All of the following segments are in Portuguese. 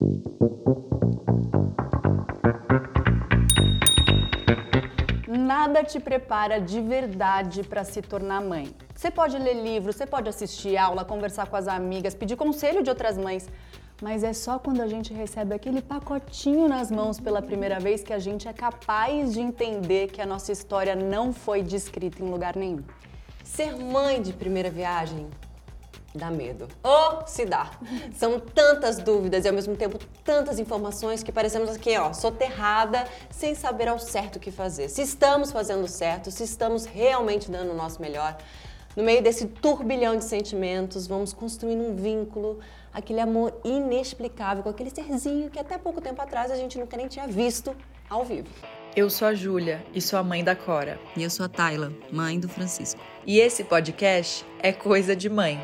Nada te prepara de verdade para se tornar mãe. Você pode ler livros, você pode assistir aula, conversar com as amigas, pedir conselho de outras mães, mas é só quando a gente recebe aquele pacotinho nas mãos pela primeira vez que a gente é capaz de entender que a nossa história não foi descrita em lugar nenhum. Ser mãe de primeira viagem dá medo. Ou se dá. São tantas dúvidas e ao mesmo tempo tantas informações que parecemos aqui, soterrada, sem saber ao certo o que fazer. Se estamos fazendo certo, se estamos realmente dando o nosso melhor. No meio desse turbilhão de sentimentos, vamos construindo um vínculo, aquele amor inexplicável com aquele serzinho que até pouco tempo atrás a gente nunca nem tinha visto ao vivo. Eu sou a Júlia e sou a mãe da Cora. E eu sou a Tayla, mãe do Francisco. E esse podcast é Coisa de Mãe.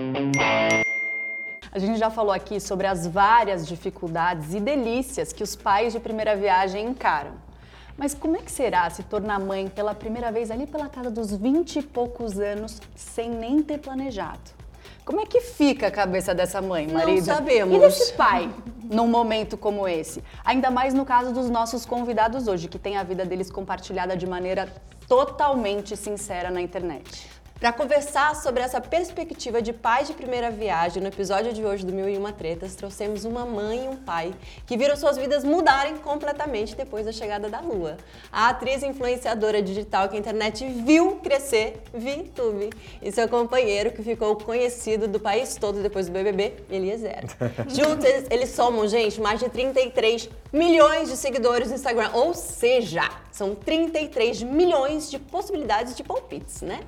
A gente já falou aqui sobre as várias dificuldades e delícias que os pais de primeira viagem encaram. Mas como é que será se tornar mãe pela primeira vez ali pela casa dos 20 e poucos anos sem nem ter planejado? Como é que fica a cabeça dessa mãe, Marisa? Não sabemos. E desse pai, num momento como esse? Ainda mais no caso dos nossos convidados hoje, que tem a vida deles compartilhada de maneira totalmente sincera na internet. Para conversar sobre essa perspectiva de pais de primeira viagem, no episódio de hoje do Mil e Uma Tretas, trouxemos uma mãe e um pai que viram suas vidas mudarem completamente depois da chegada da Lua. A atriz e influenciadora digital que a internet viu crescer, VTube, e seu companheiro que ficou conhecido do país todo depois do BBB, Eliezer. Juntos eles somam, gente, mais de 33 milhões de seguidores no Instagram, ou seja, são 33 milhões de possibilidades de palpites, né?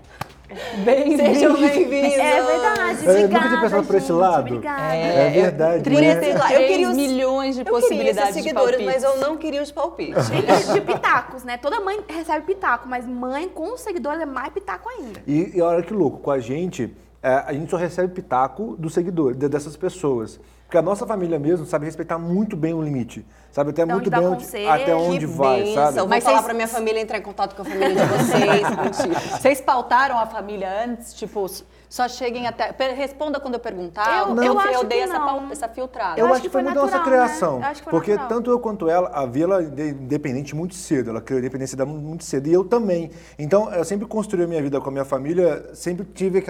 Sejam bem-vindos! É verdade, Eu obrigada, nunca tinha pensado por esse lado. Obrigada. É verdade. 33 milhões de Eu queria possibilidades esses de seguidores, palpites. mas eu não queria os palpites. De pitacos, né? Toda mãe recebe pitaco, mas mãe com os seguidores é mais pitaco ainda. E olha que louco, com a gente só recebe pitaco dos seguidores, dessas pessoas. Porque a nossa família mesmo sabe respeitar muito bem o limite. Sabe até muito bem até onde vai, benção. sabe? Eu vou falar pra minha família entrar em contato com a família de vocês. Mentira. Vocês pautaram a família antes? Tipo, só cheguem até... Responda quando eu perguntar. Eu acho dei que essa, não. essa filtrada. Eu acho que foi muito nossa natural, criação. né? Eu acho que foi Porque natural. tanto eu quanto ela, a Vila é independente muito cedo. Ela criou independência dela muito cedo. E eu também. Então, eu sempre construí a minha vida com a minha família, sempre tive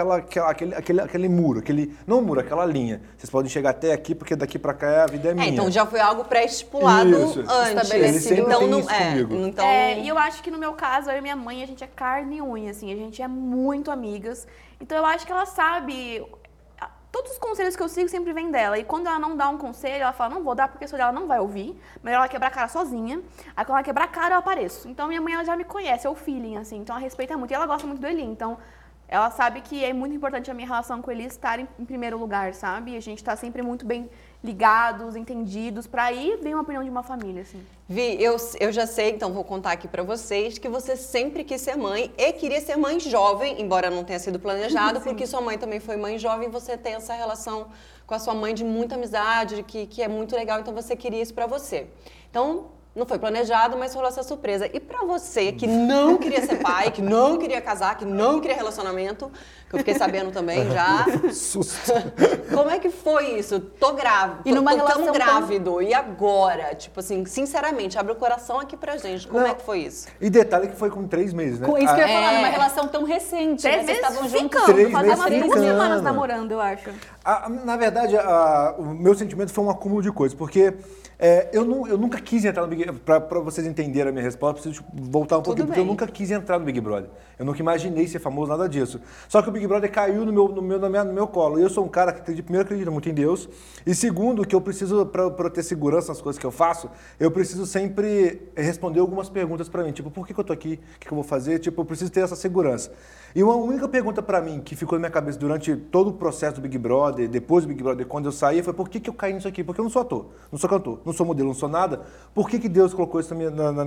aquele muro, não muro, aquela linha. Vocês podem chegar até aqui, porque daqui pra cá a vida é minha. Então já foi algo pré-estipulado antes. Ele sempre Então tem não isso comigo. Então, E eu acho que no meu caso, eu e minha mãe, a gente é carne e unha, assim, a gente é muito amigas. Então eu acho que ela sabe... Todos os conselhos que eu sigo sempre vêm dela. E quando ela não dá um conselho, ela fala, não vou dar porque a ela não vai ouvir. Melhor ela quebrar a cara sozinha. Aí quando ela quebrar a cara, eu apareço. Então minha mãe, ela já me conhece, é o feeling, assim. Então ela respeita muito. E ela gosta muito do Eli. Então ela sabe que é muito importante a minha relação com ele estar em primeiro lugar, sabe? E a gente tá sempre muito bem ligados, entendidos. Pra aí vem uma opinião de uma família, assim. Vi, eu já sei, então vou contar aqui pra vocês, que você sempre quis ser mãe e queria ser mãe jovem, embora não tenha sido planejado, porque sua mãe também foi mãe jovem e você tem essa relação com a sua mãe de muita amizade, que é muito legal, então você queria isso pra você. Então, não foi planejado, mas rolou essa surpresa. E pra você que não queria ser pai, que não queria casar, que não queria relacionamento, que eu fiquei sabendo também já. Susto. Como é que foi isso? Tô grávida. E numa relação tão grávido. E agora? Tipo assim, sinceramente, abre o coração aqui pra gente. Como é que foi isso? E detalhe que foi com 3 meses, né? Com isso que eu ia falar, numa relação tão recente. 3 Vocês meses estavam juntos. ficando, 3 fazia umas meses 2 ficando. semanas namorando, eu acho. Na verdade, o meu sentimento foi um acúmulo de coisas, porque eu nunca quis entrar no Big Brother. Pra vocês entenderem a minha resposta, preciso voltar um pouquinho, porque eu nunca quis entrar no Big Brother. Eu nunca imaginei ser famoso, nada disso. Só que o Big Brother caiu no meu colo. E eu sou um cara que, primeiro, acredita muito em Deus. E segundo, que eu preciso, pra eu ter segurança nas coisas que eu faço, eu preciso sempre responder algumas perguntas pra mim. Tipo, por que eu tô aqui? O que eu vou fazer? Tipo, eu preciso ter essa segurança. E uma única pergunta pra mim que ficou na minha cabeça durante todo o processo do Big Brother, depois do Big Brother, quando eu saí, foi por que eu caí nisso aqui? Porque eu não sou ator, não sou cantor, não sou modelo, não sou nada. Por que Deus colocou isso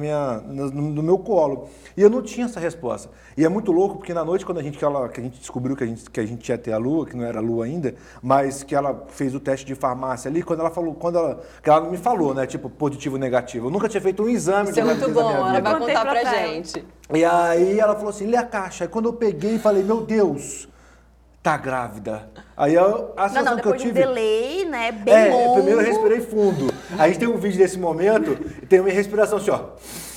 no meu colo? E eu não tinha essa resposta. E é muito louco, porque na noite, quando que a gente descobriu que a gente ia ter a Lua, que não era a Lua ainda, mas que ela fez o teste de farmácia ali, que ela não me falou, né, tipo, positivo ou negativo. Eu nunca tinha feito um exame Isso de é muito gravidez na bom, minha ela vida. vai contar pra gente. E aí ela falou assim, lê a caixa. Aí quando eu peguei, falei, meu Deus, tá grávida. Aí a sensação que eu depois de um tive... delay, né, bem longo. Primeiro eu respirei fundo. Aí a gente tem um vídeo desse momento e tem uma respiração assim, ó.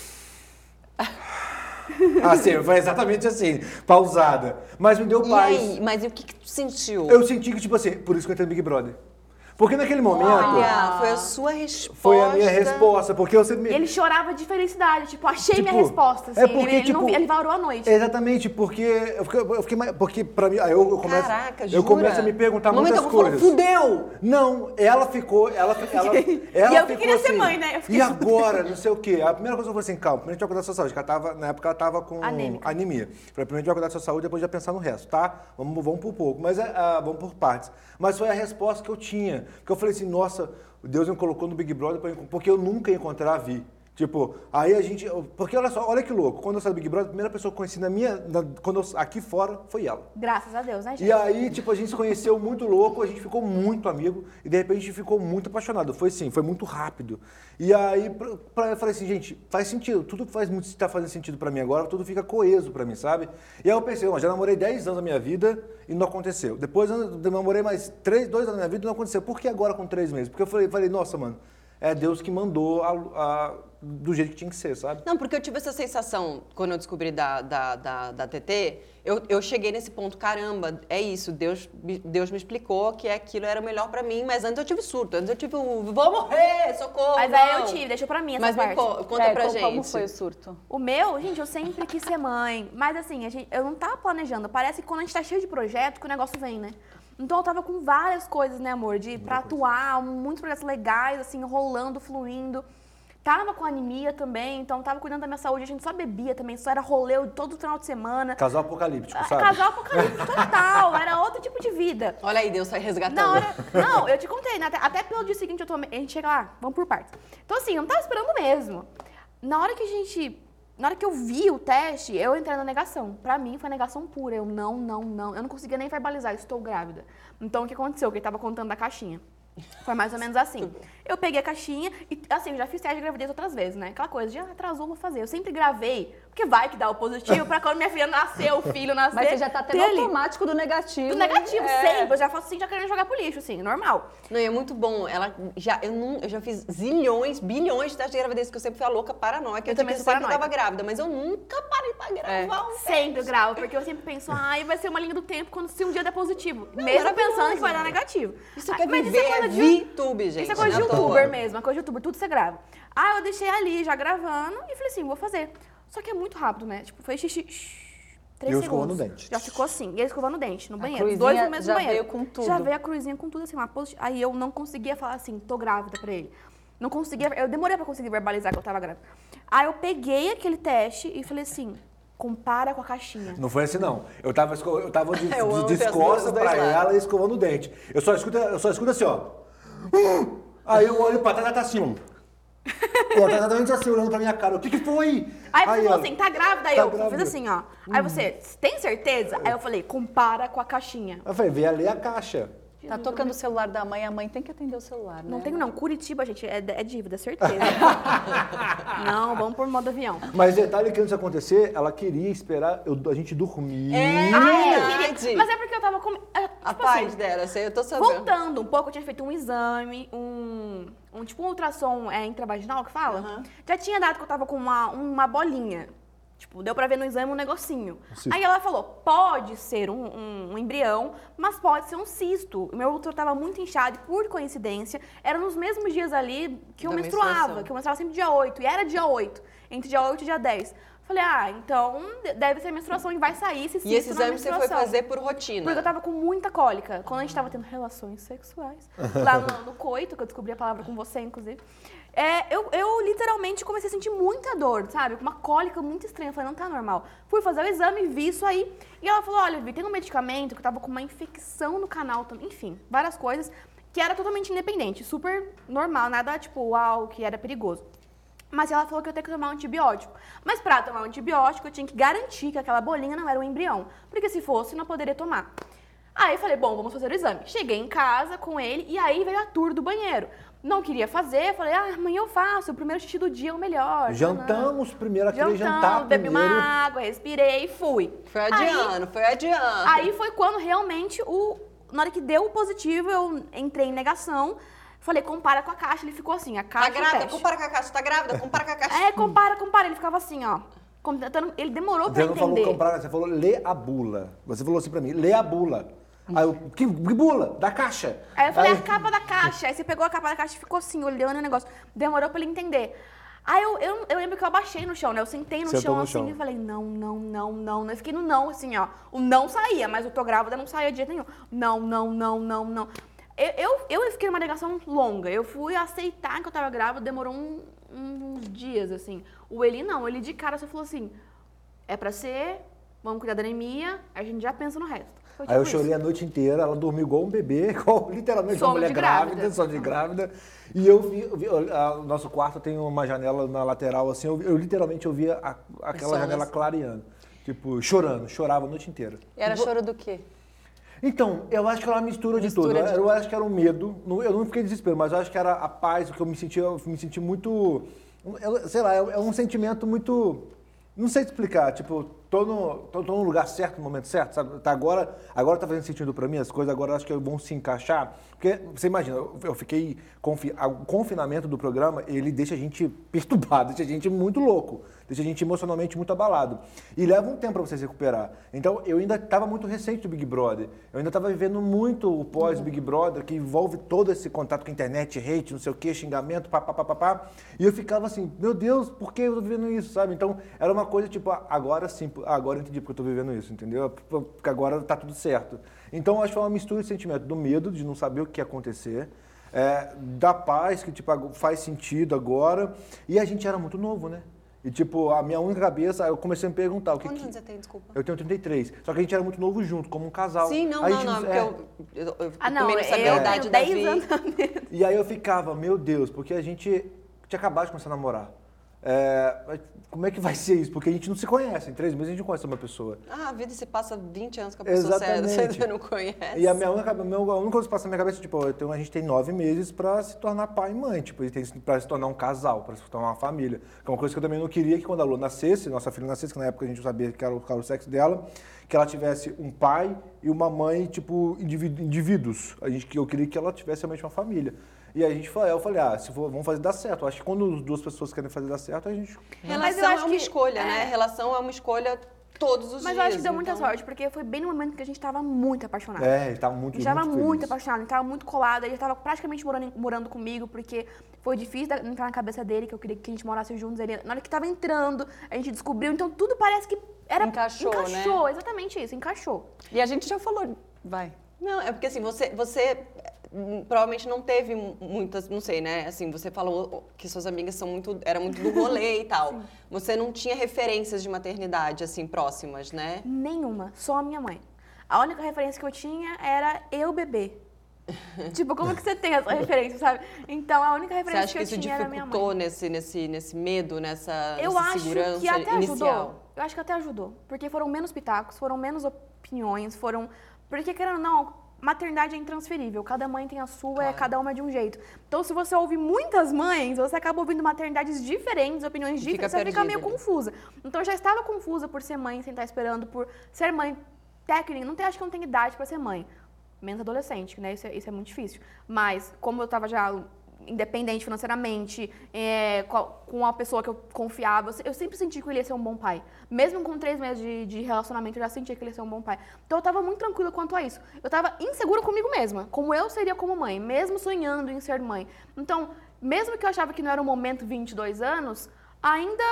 Assim, foi exatamente assim, pausada. Mas me deu paz. E aí? Mas e o que tu sentiu? Eu senti que, tipo assim, por isso que eu entrei no Big Brother. Porque naquele momento... Olha, foi a sua resposta. Foi a minha resposta, porque eu sempre... E ele chorava de felicidade, tipo, achei Tipo, minha resposta. Assim, é porque, ele varou a noite. Exatamente, porque eu fiquei porque pra mim, aí eu começo, Caraca, eu jura? começo a me perguntar muitas coisas. Fudeu! Não, ela ficou E eu que queria ser mãe, né? Eu fiquei E agora, não sei o quê. A primeira coisa que eu falei assim, calma, primeiro a gente vai cuidar da sua saúde, porque na época ela tava com Anêmica. anemia. Falei, primeiro a gente vai cuidar da sua saúde, depois já pensar no resto, tá? Vamos por pouco, mas vamos por partes. Mas foi a resposta que eu tinha, porque eu falei assim, nossa, Deus me colocou no Big Brother porque eu nunca ia encontrar a Vi. Tipo, aí a gente... Porque olha só, olha que louco. Quando eu saí do Big Brother, a primeira pessoa que eu conheci aqui fora foi ela. Graças a Deus, né, gente? E aí, tipo, a gente se conheceu muito louco, a gente ficou muito amigo e de repente a gente ficou muito apaixonado. Foi assim, foi muito rápido. E aí eu falei assim, gente, faz sentido. Tudo tá fazendo sentido pra mim agora, tudo fica coeso pra mim, sabe? E aí eu pensei, já namorei 10 anos da minha vida e não aconteceu. Depois eu namorei mais 2 anos da minha vida e não aconteceu. Por que agora com 3 meses? Porque eu falei, nossa, mano, é Deus que mandou do jeito que tinha que ser, sabe? Não, porque eu tive essa sensação, quando eu descobri da TT, eu cheguei nesse ponto, caramba, é isso, Deus me explicou que aquilo era o melhor pra mim, mas antes eu tive surto, antes eu tive vou morrer, socorro, Mas aí eu tive, deixou pra mim essa mas parte. Conta pra gente. Como foi o surto? O meu, gente, eu sempre quis ser mãe. Mas assim, eu não tava planejando. Parece que quando a gente tá cheio de projeto, que o negócio vem, né? Então eu tava com várias coisas, né, amor? Pra atuar, muitos projetos legais, assim, rolando, fluindo. Tava com anemia também, então tava cuidando da minha saúde. A gente só bebia também, só era rolê todo final de semana. Casal apocalíptico, sabe? Casal apocalíptico total, era outro tipo de vida. Olha aí, Deus sai resgatando. Não, eu te contei, né? Até pelo dia seguinte a gente chega lá, vamos por partes. Então assim, eu não tava esperando mesmo. Na hora que eu vi o teste, eu entrei na negação. Pra mim foi negação pura. Eu não. Eu não conseguia nem verbalizar, estou grávida. Então o que aconteceu? Que ele tava contando da caixinha. Foi mais ou menos assim. Eu peguei a caixinha e, assim, eu já fiz teste de gravidez outras vezes, né? Aquela coisa, já atrasou, vou fazer. Eu sempre gravei, porque vai que dá o positivo pra quando minha filha nascer, o filho nascer. Mas você já tá tendo automático do negativo. Do negativo, sempre. Eu já faço assim, já querendo jogar pro lixo, assim, normal. Não, e é muito bom. Eu já fiz zilhões, bilhões de testes de gravidez, que eu sempre fui a louca paranoica. Eu também sou sempre paranoica. tava grávida, mas eu nunca parei pra gravar. Sempre eu gravo, porque eu sempre penso, vai ser uma linha do tempo se um dia der positivo. Mesmo pensando que vai dar negativo. Isso é Mas viver, é VTube, gente. Isso é coisa de não é à youtuber toa. mesmo, é coisa de youtuber, tudo você grava. Eu deixei ali, já gravando, e falei assim, vou fazer. Só que é muito rápido, né? Tipo, foi xixi, 3 eu segundos. escovando o dente. Já ficou assim, e ele escovando o dente, no banheiro. Os cruzinha dois no mesmo já banheiro. veio com tudo. Já veio a cruzinha com tudo, assim, aí eu não conseguia falar assim, tô grávida pra ele. Não conseguia, eu demorei pra conseguir verbalizar que eu tava grávida. Aí eu peguei aquele teste e falei assim, compara com a caixinha. Não foi assim, não. Eu tava de Eu amo ter as costas duas pra lados. ela e escovando o dente. Eu só escuto assim, ó. Aí eu olho pra trás, ela tá assim, ó. Ela tá exatamente assim, olhando pra minha cara. O que foi? Aí você falou ela, assim, tá grávida? Aí tá eu grávida. fiz assim, ó. Aí você, tem certeza? Aí eu falei, compara com a caixinha. Eu falei, vê ali a caixa. Tá tocando o celular da mãe, a mãe tem que atender o celular, né? Não tenho não, Curitiba, gente, é dívida, certeza. Não, vamos por modo avião. Mas detalhe que antes de acontecer, ela queria esperar a gente dormir. Eu queria, mas é porque eu tava com... A Tipo paz assim, dela, eu tô sabendo. voltando um pouco, eu tinha feito um exame, tipo um ultrassom intravaginal que fala. Já tinha dado que eu tava com uma bolinha. Tipo, deu pra ver no exame um negocinho. Aí ela falou, pode ser um embrião, mas pode ser um cisto. O meu útero tava muito inchado e, por coincidência, era nos mesmos dias ali que eu Da menstruava. menstruação. Que eu menstruava sempre dia 8, e era dia 8. Entre dia 8 e dia 10. Falei, então deve ser menstruação e vai sair esse cisto E esse na exame você foi menstruação. fazer por rotina? Porque eu tava com muita cólica. Quando a gente tava tendo relações sexuais, lá no coito, que eu descobri a palavra com você, inclusive, eu literalmente comecei a sentir muita dor, sabe? Com uma cólica muito estranha. Eu falei, não tá normal. Fui fazer o exame, vi isso aí. E ela falou, olha, Vi, tem um medicamento que eu tava com uma infecção no canal também. Enfim, várias coisas que era totalmente independente, super normal, nada tipo, uau, que era perigoso. Mas ela falou que eu ia ter que tomar um antibiótico. Mas pra tomar um antibiótico, eu tinha que garantir que aquela bolinha não era um embrião. Porque se fosse, não poderia tomar. Aí eu falei, bom, vamos fazer o exame. Cheguei em casa com ele e aí veio a tour do banheiro. Não queria fazer, falei, amanhã eu faço, o primeiro xixi do dia é o melhor. Jantamos primeiro, aquele jantar bebi primeiro. uma água, respirei e fui. Foi adiando, foi adiando. Aí foi quando realmente, na hora que deu o positivo, eu entrei em negação. Falei, compara com a caixa. Ele ficou assim, a caixa. Tá grávida? teste. Compara com a caixa. Tá grávida? Compara com a caixa. Compara. Ele ficava assim, ó. Ele demorou pra Você não falou entender. comprar, você falou lê a bula. Você falou assim pra mim, lê a bula. Aí eu, que bula? Da caixa. Aí eu falei, a capa da caixa. Aí você pegou a capa da caixa e ficou assim, olhando o negócio. Demorou pra ele entender. Aí eu lembro que eu abaixei no chão, né? Eu sentei no Sentou chão no assim chão. e falei, não. Eu fiquei no não, assim, ó. O não saía, mas o tô grávida não saía de jeito nenhum. Não. Eu fiquei numa negação longa. Eu fui aceitar que eu tava grávida, demorou uns dias, assim. O Eli não, ele de cara só falou assim, é pra ser, vamos cuidar da anemia, a gente já pensa no resto. Foi Aí eu tipo chorei isso. a noite inteira, ela dormiu igual um bebê, literalmente uma Sono mulher de grávida, grávida. sono de grávida. E eu vi, o nosso quarto tem uma janela na lateral, assim, eu literalmente ouvia aquela Sonos. janela clareando. Tipo, chorava a noite inteira. E era choro do quê? Então, eu acho que era uma mistura de tudo. Eu acho que era um medo, eu não fiquei desespero, mas eu acho que era a paz, o que eu me senti muito, sei lá, é um sentimento muito, não sei te explicar, tipo, tô no lugar certo, no momento certo, sabe? Agora tá fazendo sentido pra mim, as coisas agora acho que vão se encaixar, porque você imagina, eu fiquei, o confinamento do programa, ele deixa a gente perturbado, deixa a gente muito louco, deixa a gente emocionalmente muito abalado, e leva um tempo pra você se recuperar. Então, eu ainda estava muito recente do Big Brother, eu ainda estava vivendo muito o pós-Big Brother, que envolve todo esse contato com a internet, hate, não sei o que, xingamento, papapá, e eu ficava assim, meu Deus, por que eu tô vivendo isso, sabe? Então, era uma coisa tipo, agora sim, agora eu entendi porque eu tô vivendo isso, entendeu? Porque agora tá tudo certo. Então, acho que foi uma mistura de sentimento do medo, de não saber o que ia acontecer, da paz, que tipo, faz sentido agora, e a gente era muito novo, né? E tipo, a minha única cabeça, eu comecei a me perguntar o que... Quantos anos você tem, desculpa? Eu tenho 33, só que a gente era muito novo junto, como um casal. Sim, não, porque eu não, também não sabia a idade eu da tenho 10 anos Vi. a menos. E aí eu ficava, meu Deus, porque a gente tinha acabado de começar a namorar. Como é que vai ser isso? Porque a gente não se conhece, em 3 meses a gente não conhece uma pessoa. Ah, a vida se passa 20 anos com a pessoa, você não conhece. E a única coisa que passa na minha cabeça, tipo, a gente tem 9 meses pra se tornar pai e mãe, tipo, pra se tornar um casal, pra se tornar uma família. Que é uma coisa que eu também não queria, que quando a Lu nascesse, nossa filha nascesse, que na época a gente não sabia que era o sexo dela, que ela tivesse um pai e uma mãe, tipo, indivíduos. Eu queria que ela tivesse realmente uma família. E aí eu falei, vamos fazer dar certo. Eu acho que quando as duas pessoas querem fazer dar certo, a gente... Relação eu acho é uma que- escolha, né? Relação é uma escolha todos os Mas dias. eu acho que deu muita então- sorte, porque foi bem no momento que a gente tava muito apaixonado. ele tava muito, A gente tava muito muito feliz. apaixonado, ele tava muito colado, ele tava praticamente morando comigo, porque foi difícil entrar na cabeça dele, que eu queria que a gente morasse juntos. Na hora que tava entrando, a gente descobriu, então tudo parece que era... Encaixou, né? Encaixou, exatamente isso, encaixou. E a gente já falou, vai. Não, é porque assim, você provavelmente não teve muitas, não sei, né? Assim, você falou que suas amigas eram muito do rolê e tal. Você não tinha referências de maternidade, assim, próximas, né? Nenhuma, só a minha mãe. A única referência que eu tinha era eu bebê. Tipo, como que você tem essa referência, sabe? Então, a única Você referência acha que que eu isso tinha era a minha dificultou mãe. nesse medo, nessa Eu acho segurança que até inicial? ajudou. Eu acho que até ajudou. Porque foram menos pitacos, foram menos opiniões, Porque, querendo ou não, maternidade é intransferível. Cada mãe tem a sua, Claro. cada uma é de um jeito. Então, se você ouve muitas mães, você acaba ouvindo maternidades diferentes, opiniões Fica diferentes, você fica meio perdida. confusa. Então, eu já estava confusa por ser mãe, sem estar esperando, por ser mãe técnica. Acho que não tem idade para ser mãe. Menos adolescente, né? Isso é muito difícil. Mas, como eu estava já independente financeiramente, com uma pessoa que eu confiava, eu sempre senti que ele ia ser um bom pai. Mesmo com 3 meses de relacionamento, eu já sentia que ele ia ser um bom pai. Então eu estava muito tranquila quanto a isso. Eu estava insegura comigo mesma, como eu seria como mãe, mesmo sonhando em ser mãe. Então, mesmo que eu achava que não era o momento 22 anos, ainda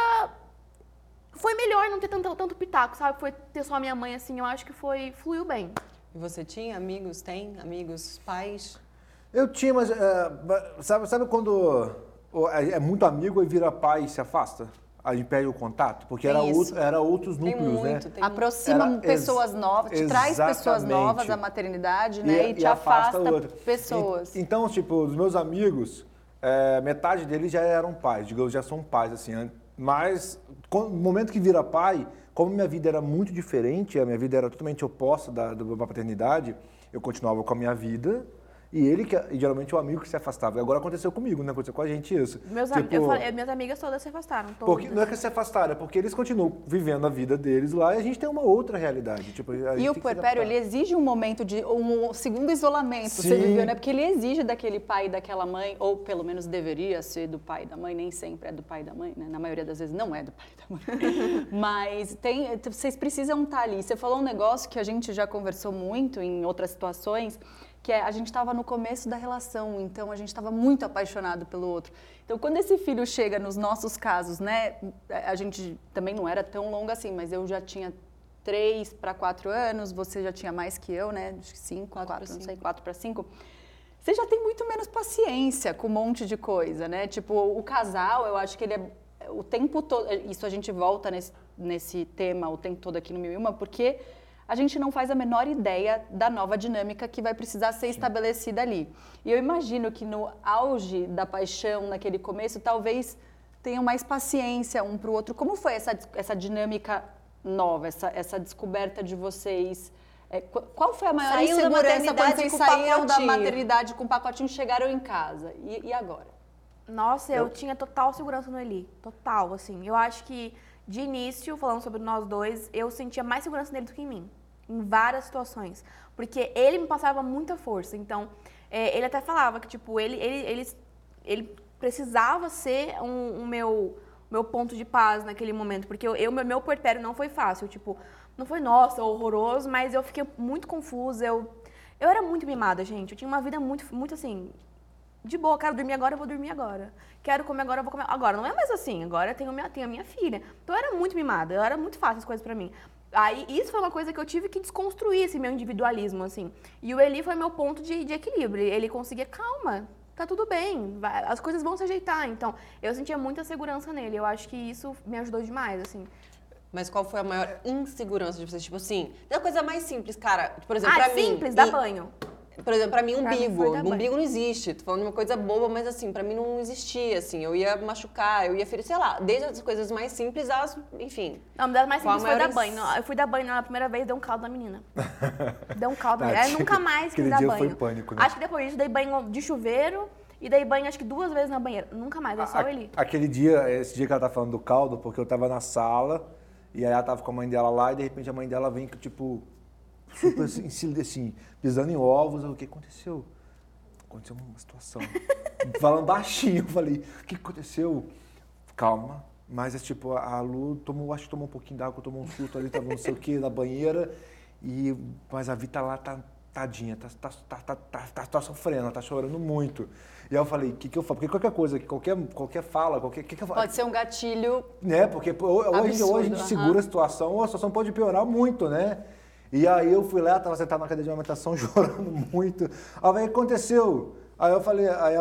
foi melhor não ter tanto pitaco, sabe? Foi ter só a minha mãe, assim, eu acho que fluiu bem. E você tinha amigos, tem amigos, pais? Eu tinha, mas sabe quando é muito amigo e vira pai e se afasta? A gente perde o contato? Porque Tem isso. era outros Tem núcleos, né? muito, tem Aproxima Era pessoas novas, te traz pessoas exatamente. novas à maternidade, né? E te afasta o outro. pessoas. Então, tipo, os meus amigos, metade deles já eram pais, digamos, já são pais, assim. Mas, no momento que vira pai, como minha vida era muito diferente, a minha vida era totalmente oposta da paternidade, eu continuava com a minha vida E ele, e geralmente, o amigo que se afastava. E agora aconteceu comigo, né? Aconteceu com a gente isso. Minhas amigas todas se afastaram, todas. Porque, não é que se afastaram, é porque eles continuam vivendo a vida deles lá e a gente tem uma outra realidade. Tipo, e o puerpério, ele exige um momento de um segundo isolamento, Sim. você viveu, né? Porque ele exige daquele pai e daquela mãe, ou pelo menos deveria ser do pai e da mãe, nem sempre é do pai e da mãe, né? Na maioria das vezes não é do pai e da mãe. Mas vocês precisam estar ali. Você falou um negócio que a gente já conversou muito em outras situações, que a gente estava no começo da relação, então a gente estava muito apaixonado pelo outro. Então, quando esse filho chega nos nossos casos, né, a gente também não era tão longo assim, mas eu já tinha 3 para 4 anos, você já tinha mais que eu, né, acho que 5, 4, não sei, 4 para 5. Você já tem muito menos paciência com um monte de coisa, né? Tipo, o casal, eu acho que ele é o tempo todo, isso a gente volta nesse tema o tempo todo aqui no 1001, porque a gente não faz a menor ideia da nova dinâmica que vai precisar ser estabelecida ali. E eu imagino que no auge da paixão, naquele começo, talvez tenham mais paciência um para o outro. Como foi essa dinâmica nova, essa descoberta de vocês? Qual foi a maior insegurança quando vocês saíram da maternidade com o pacotinho e chegaram em casa? E agora? Nossa, eu tinha total segurança no Eli. Total, assim. Eu acho que, de início, falando sobre nós dois, eu sentia mais segurança nele do que em mim. Em várias situações. Porque ele me passava muita força. Então, ele até falava que, tipo, ele precisava ser o meu ponto de paz naquele momento. Porque meu puerpério não foi fácil. Tipo, não foi, nossa, horroroso, mas eu fiquei muito confusa. Eu era muito mimada, gente. Eu tinha uma vida muito, muito assim... De boa, quero dormir agora, eu vou dormir agora. Quero comer agora, eu vou comer. Agora, não é mais assim. Agora eu tenho a minha filha. Então, eu era muito mimada. Era muito fácil as coisas pra mim. Aí, isso foi uma coisa que eu tive que desconstruir, esse meu individualismo, assim. E o Eli foi meu ponto de equilíbrio. Ele conseguia, calma, tá tudo bem. As coisas vão se ajeitar. Então, eu sentia muita segurança nele. Eu acho que isso me ajudou demais, assim. Mas qual foi a maior insegurança de vocês? Tipo assim, é a coisa mais simples, cara. Por exemplo, pra mim... simples, dar banho. Por exemplo, pra mim, umbigo. Pra mim Umbigo não existe. Tô falando de uma coisa boba, mas assim, pra mim não existia, assim. Eu ia machucar, eu ia ferir, sei lá, desde as coisas mais simples às, enfim. Não, das mais simples foi dar banho. Eu fui dar banho na primeira vez, deu um caldo na menina. Deu um caldo na menina. Eu nunca mais quis dar banho. Foi pânico, né? Acho que depois disso, dei banho de chuveiro e dei banho, acho que 2 vezes na banheira. Nunca mais, é só o Eli. Esse dia que ela tá falando do caldo, porque eu tava na sala, e aí ela tava com a mãe dela lá, e de repente a mãe dela vem, tipo... super assim, pisando em ovos. O que aconteceu? Aconteceu uma situação. Falando baixinho, eu falei, o que aconteceu? Calma. Mas é tipo, a Lu acho que tomou um pouquinho d'água, tomou um susto ali, tava não sei o que, na banheira. Mas a Vi tá lá, tadinha, tá sofrendo, ela tá chorando muito. E aí eu falei, o que eu falo? Porque qualquer coisa, qualquer fala, que eu falo? Pode ser um gatilho. Né? Porque hoje a gente segura a situação pode piorar muito, né? E aí eu fui lá, tava sentado na cadeira de amamentação, chorando muito. Aí o que aconteceu? Aí eu falei, aí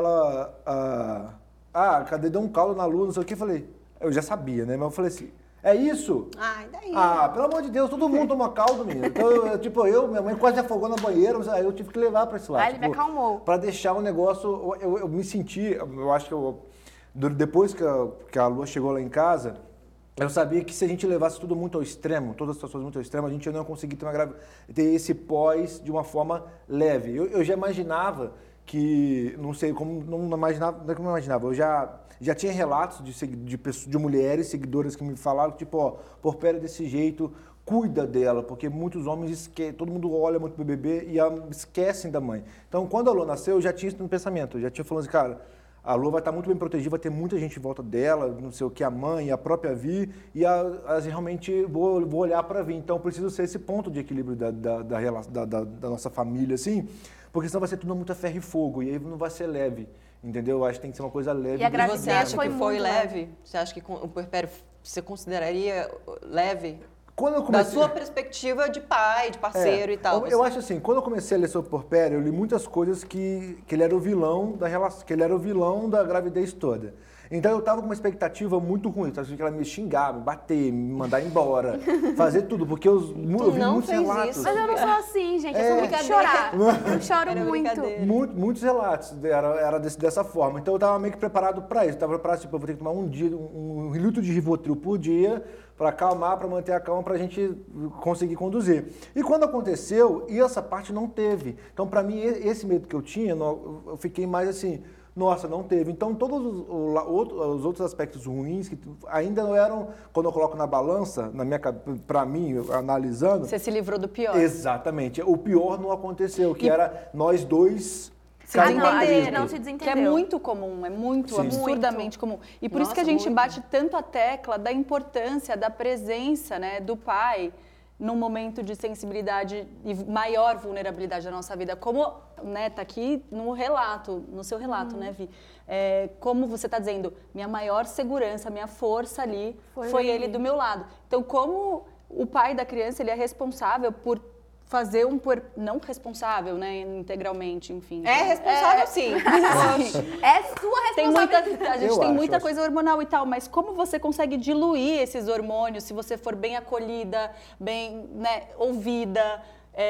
ela, cadê? Deu um caldo na Lu, não sei o que. Eu falei, eu já sabia, né? Mas eu falei assim, é isso? Ai, daí? Pelo amor de Deus, todo mundo toma caldo, menina. Então, minha mãe quase afogou na banheira, aí eu tive que levar pra esse lado. Aí ele me acalmou. Pra deixar o negócio, eu me senti, eu acho que depois que a Lu chegou lá em casa, eu sabia que se a gente levasse tudo muito ao extremo, todas as situações muito ao extremo, a gente não ia conseguir ter esse pós de uma forma leve. Eu já imaginava que, não sei como, não imaginava, eu já tinha relatos de mulheres, seguidoras que me falaram, tipo, puerpério desse jeito, cuida dela, porque muitos homens todo mundo olha muito pro bebê e esquecem da mãe. Então, quando a Lu nasceu, eu já tinha isso no pensamento, eu já tinha falando assim, cara, a Lu vai estar muito bem protegida, vai ter muita gente em volta dela, não sei o que, a mãe, a própria Vi, e realmente vou olhar para a Vi. Então, preciso ser esse ponto de equilíbrio da nossa família, assim, porque senão vai ser tudo muito a ferro e fogo, e aí não vai ser leve, entendeu? Eu acho que tem que ser uma coisa leve. E a gravidez você acha que foi muito leve? Você acha que o puerpério você consideraria leve? Quando eu comecei... Da sua perspectiva de pai, de parceiro e tal. Eu acho assim, quando eu comecei a ler sobre puerpério, eu li muitas coisas que ele era o vilão da relação, que ele era o vilão da gravidez toda. Então eu tava com uma expectativa muito ruim. Eu achei que ela me xingar, me bater, me mandar embora, fazer tudo, porque eu vi muitos relatos. Mas eu não sou assim, gente. Eu sou muito de chorar. Eu choro muito. Muitos relatos era dessa forma. Então eu tava meio que preparado pra isso. Eu tava preparado, tipo, eu vou ter que tomar um litro de Rivotril por dia para acalmar, para manter a calma, pra gente conseguir conduzir. E quando aconteceu, essa parte não teve. Então, para mim, esse medo que eu tinha, eu fiquei mais assim, nossa, não teve. Então, todos os outros aspectos ruins, que ainda não eram, quando eu coloco na balança, para mim, analisando... Você se livrou do pior. Exatamente. O pior não aconteceu, que era nós dois... Não se desentendeu. Que é muito comum, é muito absurdamente comum. E por isso que a gente bate tanto a tecla da importância da presença, né, do pai num momento de sensibilidade e maior vulnerabilidade da nossa vida. Como, né, tá aqui no seu relato, né, Vi? Como você tá dizendo, minha maior segurança, minha força ali foi ele do meu lado. Então, como o pai da criança, ele é responsável por fazer não responsável, né, integralmente, enfim. É responsável, sim. É sua responsabilidade. A gente tem muita coisa hormonal e tal, mas como você consegue diluir esses hormônios se você for bem acolhida, bem, né, ouvida?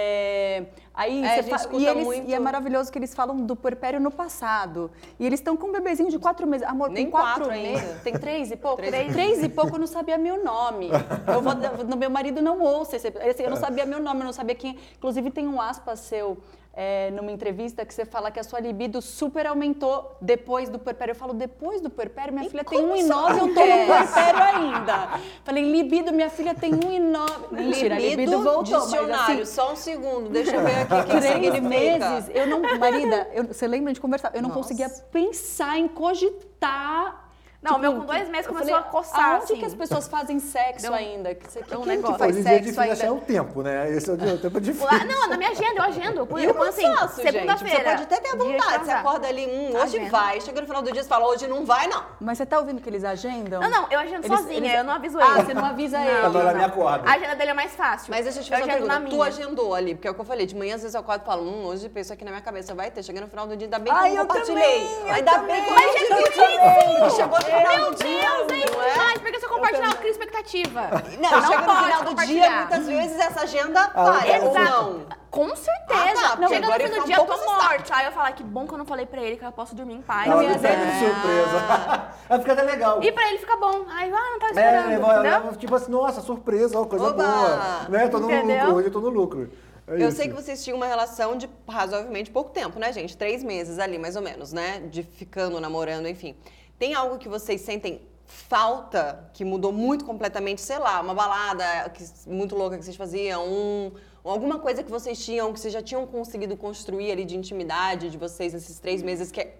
Aí você e é maravilhoso que eles falam do puerpério no passado. E eles estão com um bebezinho de 4 meses. Amor, nem com 4 meses. Ainda. Tem 3 e pouco? 3 e pouco eu não sabia meu nome. Meu marido não ouça. Eu não sabia meu nome, eu não sabia quem. Inclusive, tem um aspas seu numa entrevista que você fala que a sua libido super aumentou depois do puerpério. Eu falo, depois do puerpério, minha filha tem 1,9 e eu tô no puerpério ainda. Falei, libido, minha filha tem 1,9. Mentira, libido voltou. Dicionário, mas, assim, só um segundo, deixa eu ver aqui o que 3 meses, eu não... Marida, você lembra de conversar? Eu não conseguia pensar em cogitar... Não, tipo, o meu com 2 meses começou a coçar, aonde que as pessoas fazem sexo ainda? Quem que faz hoje em dia é sexo difícil ainda? achar o tempo, né? Esse é o tempo difícil. Não, na minha agenda, eu agendo. E o cansaço, gente? Segunda-feira. Você pode até ter a vontade. Você acorda ali, hoje vai. Chega no final do dia, você fala, hoje não vai, não. Mas você tá ouvindo que eles agendam? Não, eu agendo sozinha, eu não aviso ele. Você não avisa ele. Agora ela me acorda. A agenda dele é mais fácil. Mas deixa eu te fazer uma pergunta. Tu agendou ali, porque é o que eu falei. De manhã, às vezes, eu acordo e falo, hoje penso aqui na minha cabeça, vai ter. Chega no final do dia, ainda bem que eu compartilhei. Ainda bem que eu chegou no final do dia. Porque se eu compartilhar, eu crio expectativa. Não chega no final do dia, muitas vezes essa agenda falha, ou não? Com certeza. Chega no fim do dia, eu tô morta. Aí eu falo, que bom que eu não falei pra ele que eu posso dormir em paz. Ela me pega de surpresa. Aí fica até legal. E pra ele fica bom. Aí, não tá esperando, entendeu? Tipo assim, nossa, surpresa, ó, coisa boa. Né? Tô no lucro, hoje eu tô no lucro. Eu sei que vocês tinham uma relação de razoavelmente pouco tempo, né, gente? 3 meses ali, mais ou menos, né? De ficando, namorando, enfim. Tem algo que vocês sentem falta, que mudou muito completamente, sei lá, uma balada muito louca que vocês faziam, alguma coisa que vocês tinham, que vocês já tinham conseguido construir ali de intimidade de vocês nesses 3 meses que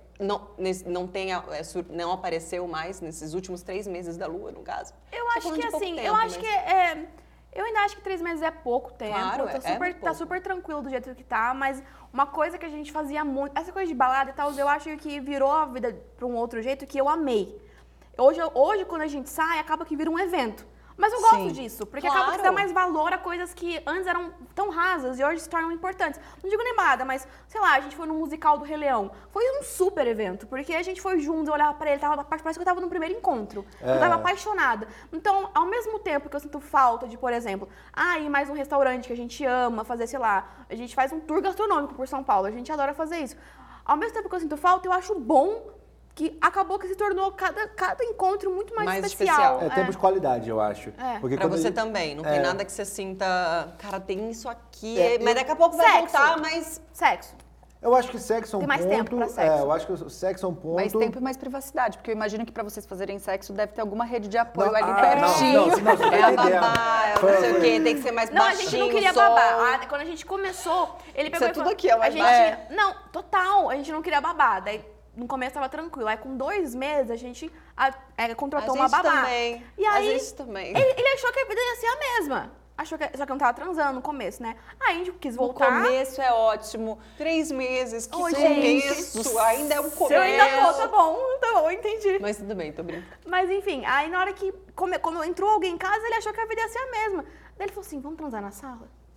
não apareceu mais nesses últimos 3 meses da lua, no caso? Eu acho que assim, eu ainda acho que 3 meses é pouco tempo. Claro, tá super tranquilo do jeito que tá, mas uma coisa que a gente fazia muito, essa coisa de balada e tal, eu acho que virou a vida pra um outro jeito que eu amei. Hoje, quando a gente sai, acaba que vira um evento. Mas eu gosto disso, porque acaba que dá mais valor a coisas que antes eram tão rasas e hoje se tornam importantes. Não digo nem balada, mas, sei lá, a gente foi no musical do Rei Leão. Foi um super evento, porque a gente foi junto, eu olhava pra ele, parece que eu tava no primeiro encontro. Eu tava apaixonada. Então, ao mesmo tempo que eu sinto falta de, por exemplo, ir mais um restaurante que a gente ama, fazer, sei lá, a gente faz um tour gastronômico por São Paulo, a gente adora fazer isso. Ao mesmo tempo que eu sinto falta, eu acho bom que acabou que se tornou cada encontro muito mais especial. É tempo de qualidade, eu acho. Porque pra você também, não tem nada que você sinta, cara, tem isso aqui, mas daqui a pouco vai voltar, mas... Sexo. Eu acho que sexo é um ponto. Tem mais tempo pra sexo. Eu acho que o sexo é um ponto. Mais tempo e mais privacidade, porque eu imagino que pra vocês fazerem sexo deve ter alguma rede de apoio ali pertinho. Não, é a babá, não sei o quê, tem que ser mais baixinho. Não, a gente não queria babar. Quando a gente começou, ele pegou e falou... tudo aqui é mais baixo. Não, total, a gente não queria babar. Daí, no começo tava tranquilo. Aí com 2 meses a gente contratou uma babá. Também. E aí, a gente também. Ele achou que a vida ia ser a mesma. Só que eu não tava transando no começo, né? Aí a gente quis voltar. O começo é ótimo. 3 meses, que começo. Ainda é um começo. Eu ainda tô, tá bom, entendi. Mas tudo bem, tô brincando. Mas enfim, aí na hora que quando entrou alguém em casa, ele achou que a vida ia ser a mesma. Daí ele falou assim, vamos transar na sala?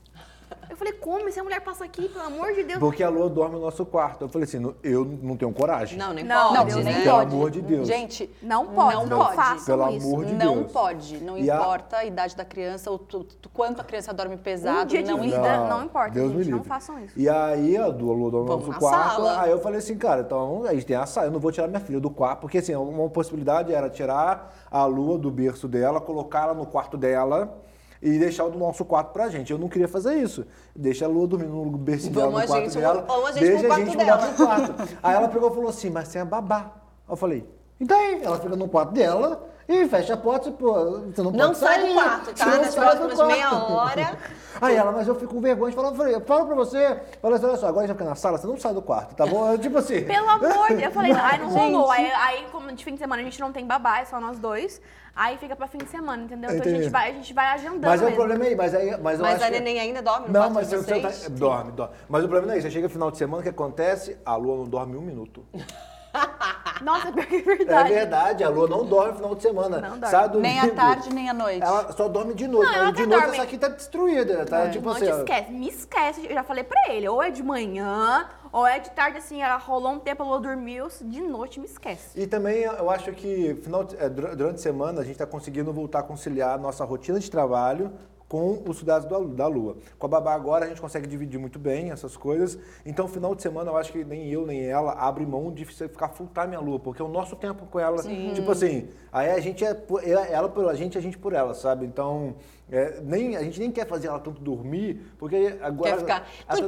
Eu falei, como? Essa mulher passa aqui, pelo amor de Deus. Porque a Lua dorme no nosso quarto. Eu falei assim, eu não tenho coragem. Não, nem Não, pode, Deus, né? nem Pelo pode. amor de Deus. Gente, Não pode, não pode. façam Pelo isso. amor de não Deus. pode. Não E a- importa a idade da criança, ou quanto a criança dorme pesado. Um dia de não vida, importa. não importa, Deus me gente, não livre. façam isso. E aí a Lua dorme no Vamos nosso na quarto. sala. Aí eu falei assim, cara, então a gente tem a sala. Eu não vou tirar minha filha do quarto, porque assim, uma possibilidade era tirar a Lua do berço dela, colocar ela no quarto dela e deixar o do nosso quarto pra gente. Eu não queria fazer isso. Deixa a Lua dormir no berço dela, no quarto dela. Vamos a gente deixa pro a quarto gente mudar dela. pro quarto. Aí ela pegou e falou assim, mas tem a babá. Eu falei, e daí? Ela fica no quarto dela e fecha a porta, pô, você não pode Não sai sair. do quarto, Você tá? não Nas sai do próximas quarto. meia hora. Aí ela, mas eu fico com vergonha de falar, eu falei, eu falo pra você, falei assim, olha só, agora a gente vai ficar na sala, você não sai do quarto, tá bom? Tipo assim. Pelo amor de Deus. Eu falei, ai, não Gente. rolou. Aí, como de fim de semana a gente não tem babá, é só nós dois. Aí fica pra fim de semana, entendeu? Então Entendi. a gente vai agendando Mas é o mesmo. problema aí, mas eu Mas acho a que- neném ainda dorme no Não, quarto mas de você vocês? dorme. Mas o problema não é isso, você chega no final de semana, o que acontece? A Lua não dorme um minuto. Nossa, pior que é É verdade. verdade, a Lua não dorme no final de semana. Não dorme. Sai do Nem à domingo, tarde, nem à noite. Ela só dorme de noite. Não, ela de até noite dorme. essa aqui tá destruída, tá? Tipo Não assim, te ó. esquece, me esquece. Eu já falei pra ele, ou é de manhã, ou é de tarde, assim, ela rolou um tempo, a Lua dormiu, de noite me esquece. E também eu acho que durante a semana a gente está conseguindo voltar a conciliar a nossa rotina de trabalho com os cuidados da Lua. Com a babá agora a gente consegue dividir muito bem essas coisas. Então, final de semana eu acho que nem eu nem ela abre mão de ficar full time a Lua, porque é o nosso tempo com ela. Tipo assim, aí a gente ela por gente, a gente por ela, sabe? Então, a gente nem quer fazer ela tanto dormir, porque agora... Quer ficar...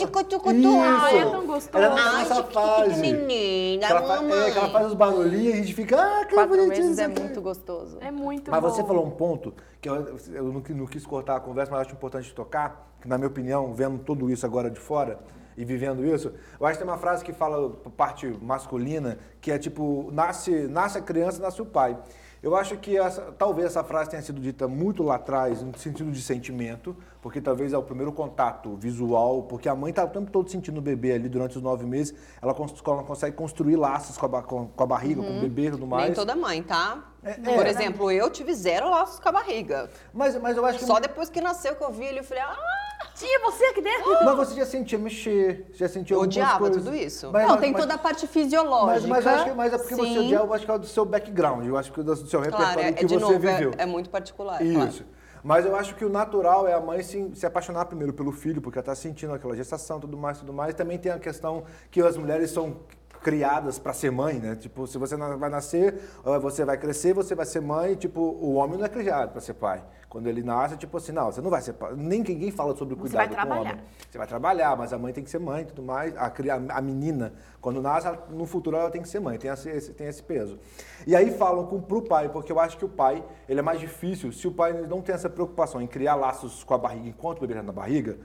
Isso! Ai, é tão gostoso. Ela tá Ai, nessa que fase. menina, Que ela, mamãe. que ela faz os barulhinhos e a gente fica, que 4 bonitinho. meses é isso aqui." muito gostoso. É muito Mas bom. você falou um ponto que eu não quis cortar a conversa, mas acho importante tocar, que na minha opinião, vendo tudo isso agora de fora e vivendo isso, eu acho que tem uma frase que fala parte masculina, que é tipo, nasce a criança, nasce o pai. Eu acho que talvez essa frase tenha sido dita muito lá atrás, no sentido de sentimento, porque talvez é o primeiro contato visual, porque a mãe está o tempo todo sentindo o bebê ali durante os 9 meses, ela consegue construir laços com a barriga, com o bebê e tudo mais. Nem toda mãe, tá? Por exemplo, eu tive 0 laços com a barriga. Mas eu acho que... Só depois que nasceu que eu vi ele, eu falei, Tinha você aqui dentro? Mas você já sentia mexer, já sentia algumas odiava coisas. tudo isso. Mas- Não, tem mas- toda a parte fisiológica. Mas acho que é porque você sim. odiava, eu acho que é do seu background, eu acho que é do seu Claro, repertório que de você novo, viveu. é muito particular. Isso. Mas eu acho que o natural é a mãe se apaixonar primeiro pelo filho, porque ela está sentindo aquela gestação, tudo mais. Também tem a questão que as mulheres são criadas para ser mãe, né? Tipo, se você vai nascer, você vai crescer, você vai ser mãe. Tipo, o homem não é criado para ser pai. Quando ele nasce, tipo assim, não, você não vai ser pai. Nem ninguém fala sobre o Você cuidado vai com o trabalhar. homem. Você vai trabalhar, mas a mãe tem que ser mãe e tudo mais. A menina, quando nasce, no futuro ela tem que ser mãe, tem esse peso. E aí falam pro pai, porque eu acho que o pai, ele é mais difícil, se o pai não tem essa preocupação em criar laços com a barriga enquanto o bebê está na barriga,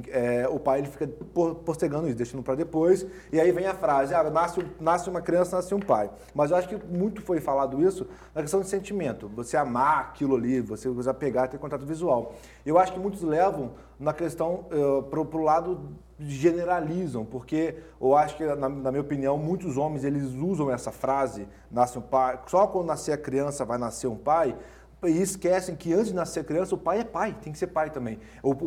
o pai ele fica postergando isso, deixando para depois, e aí vem a frase, nasce uma criança, nasce um pai. Mas eu acho que muito foi falado isso na questão de sentimento, você amar aquilo ali, você pegar, ter contato visual. Eu acho que muitos levam na questão pro lado generalizam, porque eu acho que, na minha opinião, muitos homens eles usam essa frase, nasce um pai, só quando nascer a criança vai nascer um pai, e esquecem que antes de nascer a criança, o pai é pai, tem que ser pai também.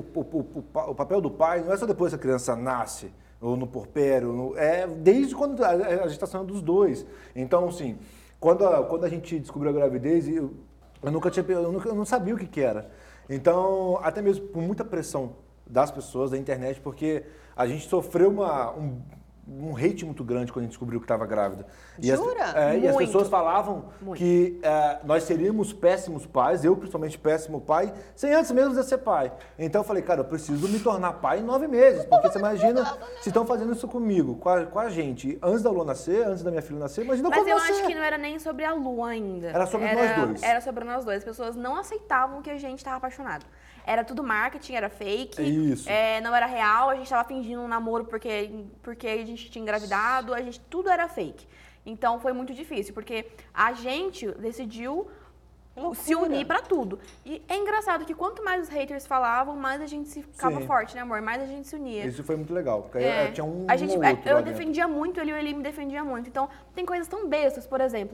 O papel do pai não é só depois que a criança nasce, ou no porpério, é desde quando a gestação é dos dois. Então, assim, quando a gente descobriu a gravidez, eu não sabia o que era. Então, até mesmo por muita pressão das pessoas, da internet, porque a gente sofreu um hate muito grande quando a gente descobriu que estava grávida. Jura? E as pessoas falavam Muito. que nós seríamos péssimos pais, eu principalmente péssimo pai, sem antes mesmo de ser pai. Então eu falei, cara, eu preciso me tornar pai em 9 meses, porque você imagina se estão fazendo isso comigo, com a gente, antes da Lua nascer, antes da minha filha nascer, imagina Mas quando eu nascer. acho que não era nem sobre a Lua ainda. Era sobre nós dois. Era sobre nós dois. As pessoas não aceitavam que a gente estava apaixonado. Era tudo marketing, era fake. Isso. Não era real, a gente estava fingindo um namoro porque a gente tinha engravidado, tudo era fake. Então foi muito difícil, porque a gente decidiu se unir pra tudo. E é engraçado que quanto mais os haters falavam, mais a gente ficava Sim. forte, né, amor? Mais a gente se unia. Isso foi muito legal, porque aí tinha um A gente, ou outro eu lá dentro. defendia muito ele me defendia muito. Então, tem coisas tão bestas, por exemplo,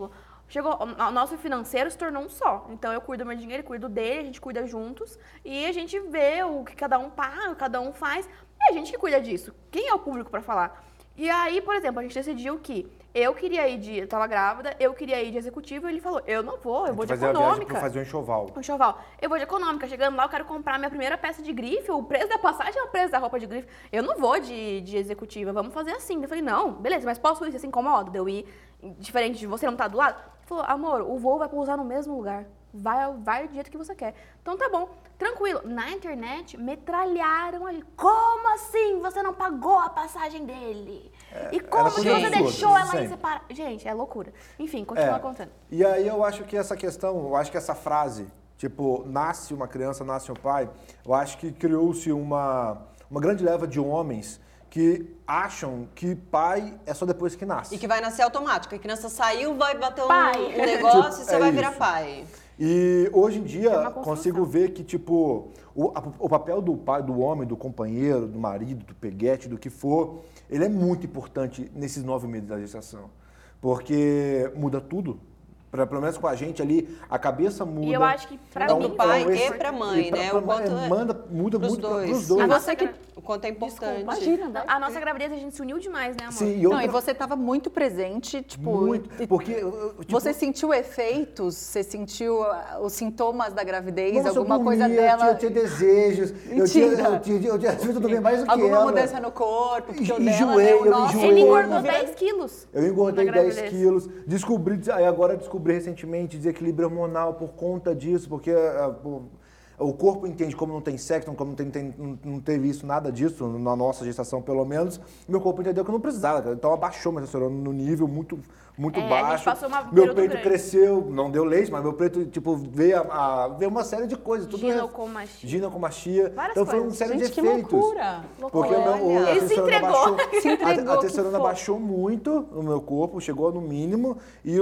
Chegou, o nosso financeiro se tornou um só. Então eu cuido do meu dinheiro, ele cuida dele, a gente cuida juntos e a gente vê o que cada um paga, cada um faz. E a gente que cuida disso. Quem é o público para falar? E aí, por exemplo, a gente decidiu que eu queria ir eu tava grávida, eu queria ir de executivo e ele falou, eu não vou, eu vou de econômica. Pra fazer um enxoval. Um enxoval. Eu vou de econômica. Chegando lá, eu quero comprar minha primeira peça de grife, o preço da passagem é o preço da roupa de grife. Eu não vou de executiva, vamos fazer assim. Eu falei, não, beleza, mas posso ir, você se incomoda de eu ir diferente de você não estar do lado? Ele falou, amor, o voo vai pousar no mesmo lugar. Vai do jeito que você quer. Então tá bom, tranquilo. Na internet, metralharam ali. Como assim você não pagou a passagem dele? E como que você deixou ela ir separar? Gente, é loucura. Enfim, continua contando. E aí eu acho que essa questão, eu acho que essa frase, tipo, nasce uma criança, nasce um pai, eu acho que criou-se uma grande leva de homens que acham que pai é só depois que nasce. E que vai nascer automático. A criança saiu, vai bater um Pai. negócio e você vai virar isso. pai. E hoje em dia uma construção. consigo ver que, tipo, o papel do pai, do homem, do companheiro, do marido, do peguete, do que for, ele é muito importante nesses 9 meses da gestação. Porque muda tudo. Pelo menos com a gente ali, a cabeça muda. E eu acho que pra Então, mim... pro pai e pra mãe, né? O quanto muda pros muito dois. pros dois. A nossa O quanto é importante. Imagina, A nossa gravidez, a gente se uniu demais, né, amor? Sim, Não, e você estava muito presente, tipo... muito. Porque, tipo, Você sentiu efeitos? Você sentiu os sintomas da gravidez? nossa, alguma eu coisa dormia, dela? Eu tinha desejos. Mentira. Eu tinha tudo bem mais do que Alguma ela. mudança no corpo? Porque o Enjoei, dela, né, o eu nosso... enjoei. Ele Foi engordou uma 10 quilos. Eu engordei na 10 gravidez. quilos, agora descobri recentemente desequilíbrio hormonal por conta disso, porque o corpo entende como não tem sexo, como não teve isso, nada disso, na nossa gestação pelo menos, meu corpo entendeu que eu não precisava, então abaixou minha testosterona no nível muito A gente baixo, passou uma meu período peito grande. cresceu, não deu leite, mas meu peito, tipo, veio uma série de coisas. Tudo Ginecomastia. Ginecomastia. Várias Então foi uma coisas. série Gente, de que efeitos. loucura! Porque a Ele se testosterona entregou. baixou. Se entregou, A que testosterona fofo. baixou muito no meu corpo, chegou no mínimo. E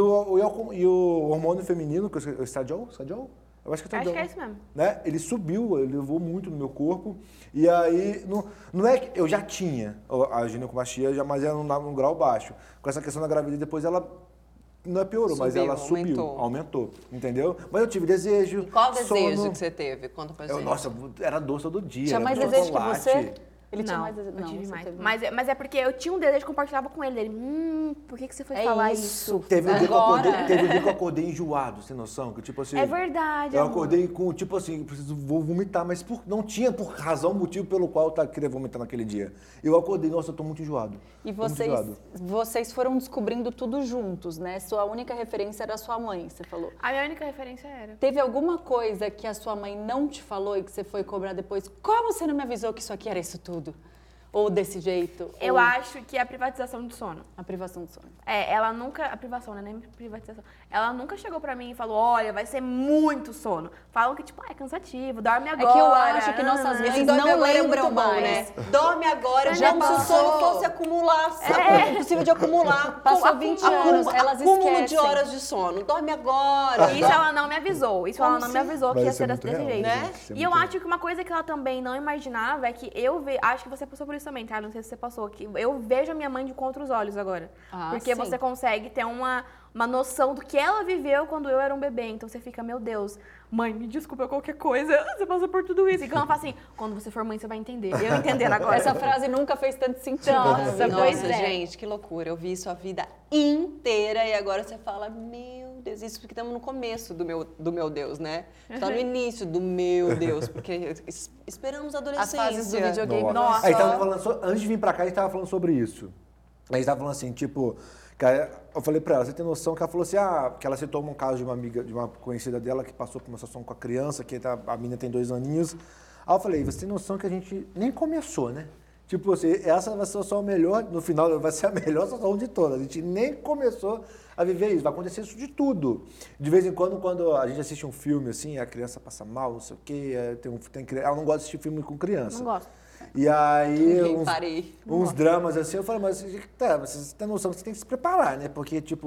o hormônio feminino, que o estradiol? Eu acho que é Acho estradiol. que é isso mesmo. Né? Ele subiu, ele levou muito no meu corpo. E aí, não é que eu já tinha a ginecomastia, mas era num grau baixo. Com essa questão da gravidez, depois ela não é piorou, mas ela subiu, aumentou, entendeu? Mas eu tive desejo. E qual desejo sono. que você teve? Conta pra gente. Nossa, era doce todo dia. Tinha era mais chocolate. desejo que você? Ele tinha Não, mais desejo? eu tive você mais. teve Mas é porque eu tinha um desejo que compartilhava com ele. Ele, por que você foi É falar isso. isso? Teve um dia Agora. que eu acordei enjoado, sem noção, que tipo assim... É verdade, Eu amor. acordei com, tipo assim, vou vomitar, mas não tinha por razão, motivo pelo qual eu queria vomitar naquele dia. Eu acordei, nossa, eu tô muito enjoado. E Tô muito enjoado. vocês foram descobrindo tudo juntos, né? Sua única referência era a sua mãe, você falou. A minha única referência era. Teve alguma coisa que a sua mãe não te falou e que você foi cobrar depois? Como você não me avisou que isso aqui era isso tudo? Ou desse jeito? Eu ou acho que é a privatização do sono. a privação do sono. Ela nunca... A privação, né? Nem privatização. Ela nunca chegou pra mim e falou, olha, vai ser muito sono. Falam que, tipo, é cansativo, dorme agora. É que eu acho que nossas mães Esse dorme não agora é lembram muito bom, mais. né? Dorme agora, Já como se o passou. sono fosse acumular. É impossível de acumular. Passou 20 anos, elas Acúmulo de esquecem. horas de sono. Dorme agora. Isso ela não me avisou. Isso ela não me avisou que Mas ia isso é ser muito desse real, jeito. né? Isso é E eu muito acho que uma coisa que ela também não imaginava é que acho que você passou por isso também, tá? Não sei se você passou. Que eu vejo a minha mãe de com outros olhos agora. Ah, porque sim. você consegue ter uma noção do que ela viveu quando eu era um bebê. Então você fica, meu Deus, mãe, me desculpa qualquer coisa. Você passou por tudo isso. E quando ela fala assim, quando você for mãe, você vai entender. Eu entendendo agora. Essa frase nunca fez tanto sentido. Nossa, na pois vida. Nossa, é. gente, que loucura. Eu vi isso a vida inteira e agora você fala, meu Deus, isso porque estamos no começo do meu Deus, né? Está no início do meu Deus, porque esperamos a As adolescência. fases do videogame. Nossa. Aí tava falando, antes de vir pra cá, a gente tava falando sobre isso. A gente tava falando assim, tipo, cara, eu falei pra ela, você tem noção que ela falou assim, que ela citou um caso de uma amiga, de uma conhecida dela que passou por uma situação com a criança, que a menina tem 2 aninhos. Aí eu falei, você tem noção que a gente nem começou, né? Tipo assim, essa vai ser só a melhor, no final vai ser a melhor situação de todas. A gente nem começou a viver isso, vai acontecer isso de tudo. De vez em quando a gente assiste um filme assim, a criança passa mal, não sei o quê, ela não gosta de assistir filme com criança. Não gosto. E aí, Parei. uns dramas assim, eu falei, mas você tem noção que você tem que se preparar, né? Porque, tipo,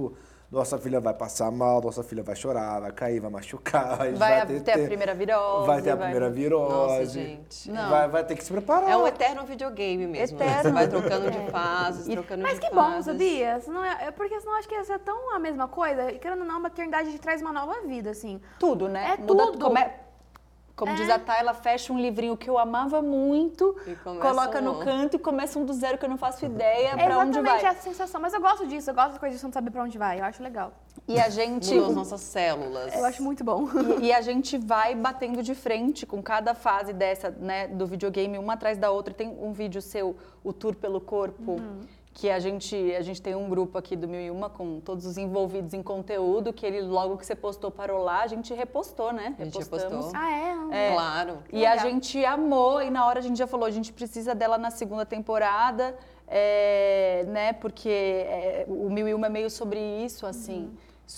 Nossa filha vai passar mal, nossa filha vai chorar, vai cair, vai machucar. Vai ter a primeira virose. Vai ter a primeira virose. Nossa, gente. Vai ter que se preparar. É um eterno videogame mesmo. Né? Você vai trocando de fases, trocando de fases. Mas que bom, sabia? Senão porque senão acho que ia ser tão a mesma coisa. E querendo ou não, a maternidade te traz uma nova vida, assim. Tudo, né? É tudo. Como diz a Tayla, fecha um livrinho que eu amava muito, coloca no um canto e começa um do zero que eu não faço ideia pra onde vai. Exatamente essa sensação. Mas eu gosto disso, eu gosto da coisa de você não saber pra onde vai. Eu acho legal. E a gente... Mudou as nossas células. Eu acho muito bom. E a gente vai batendo de frente com cada fase dessa, né, do videogame, uma atrás da outra. Tem um vídeo seu, o Tour pelo Corpo, que a gente tem um grupo aqui do 1001 com todos os envolvidos em conteúdo, que ele, logo que você postou, parou lá, a gente repostou, né? A gente Repostamos. repostou. Ah, é? Claro. E a gente amou, e na hora a gente já falou, a gente precisa dela na segunda temporada, né? Porque o 1001 é meio sobre isso, assim.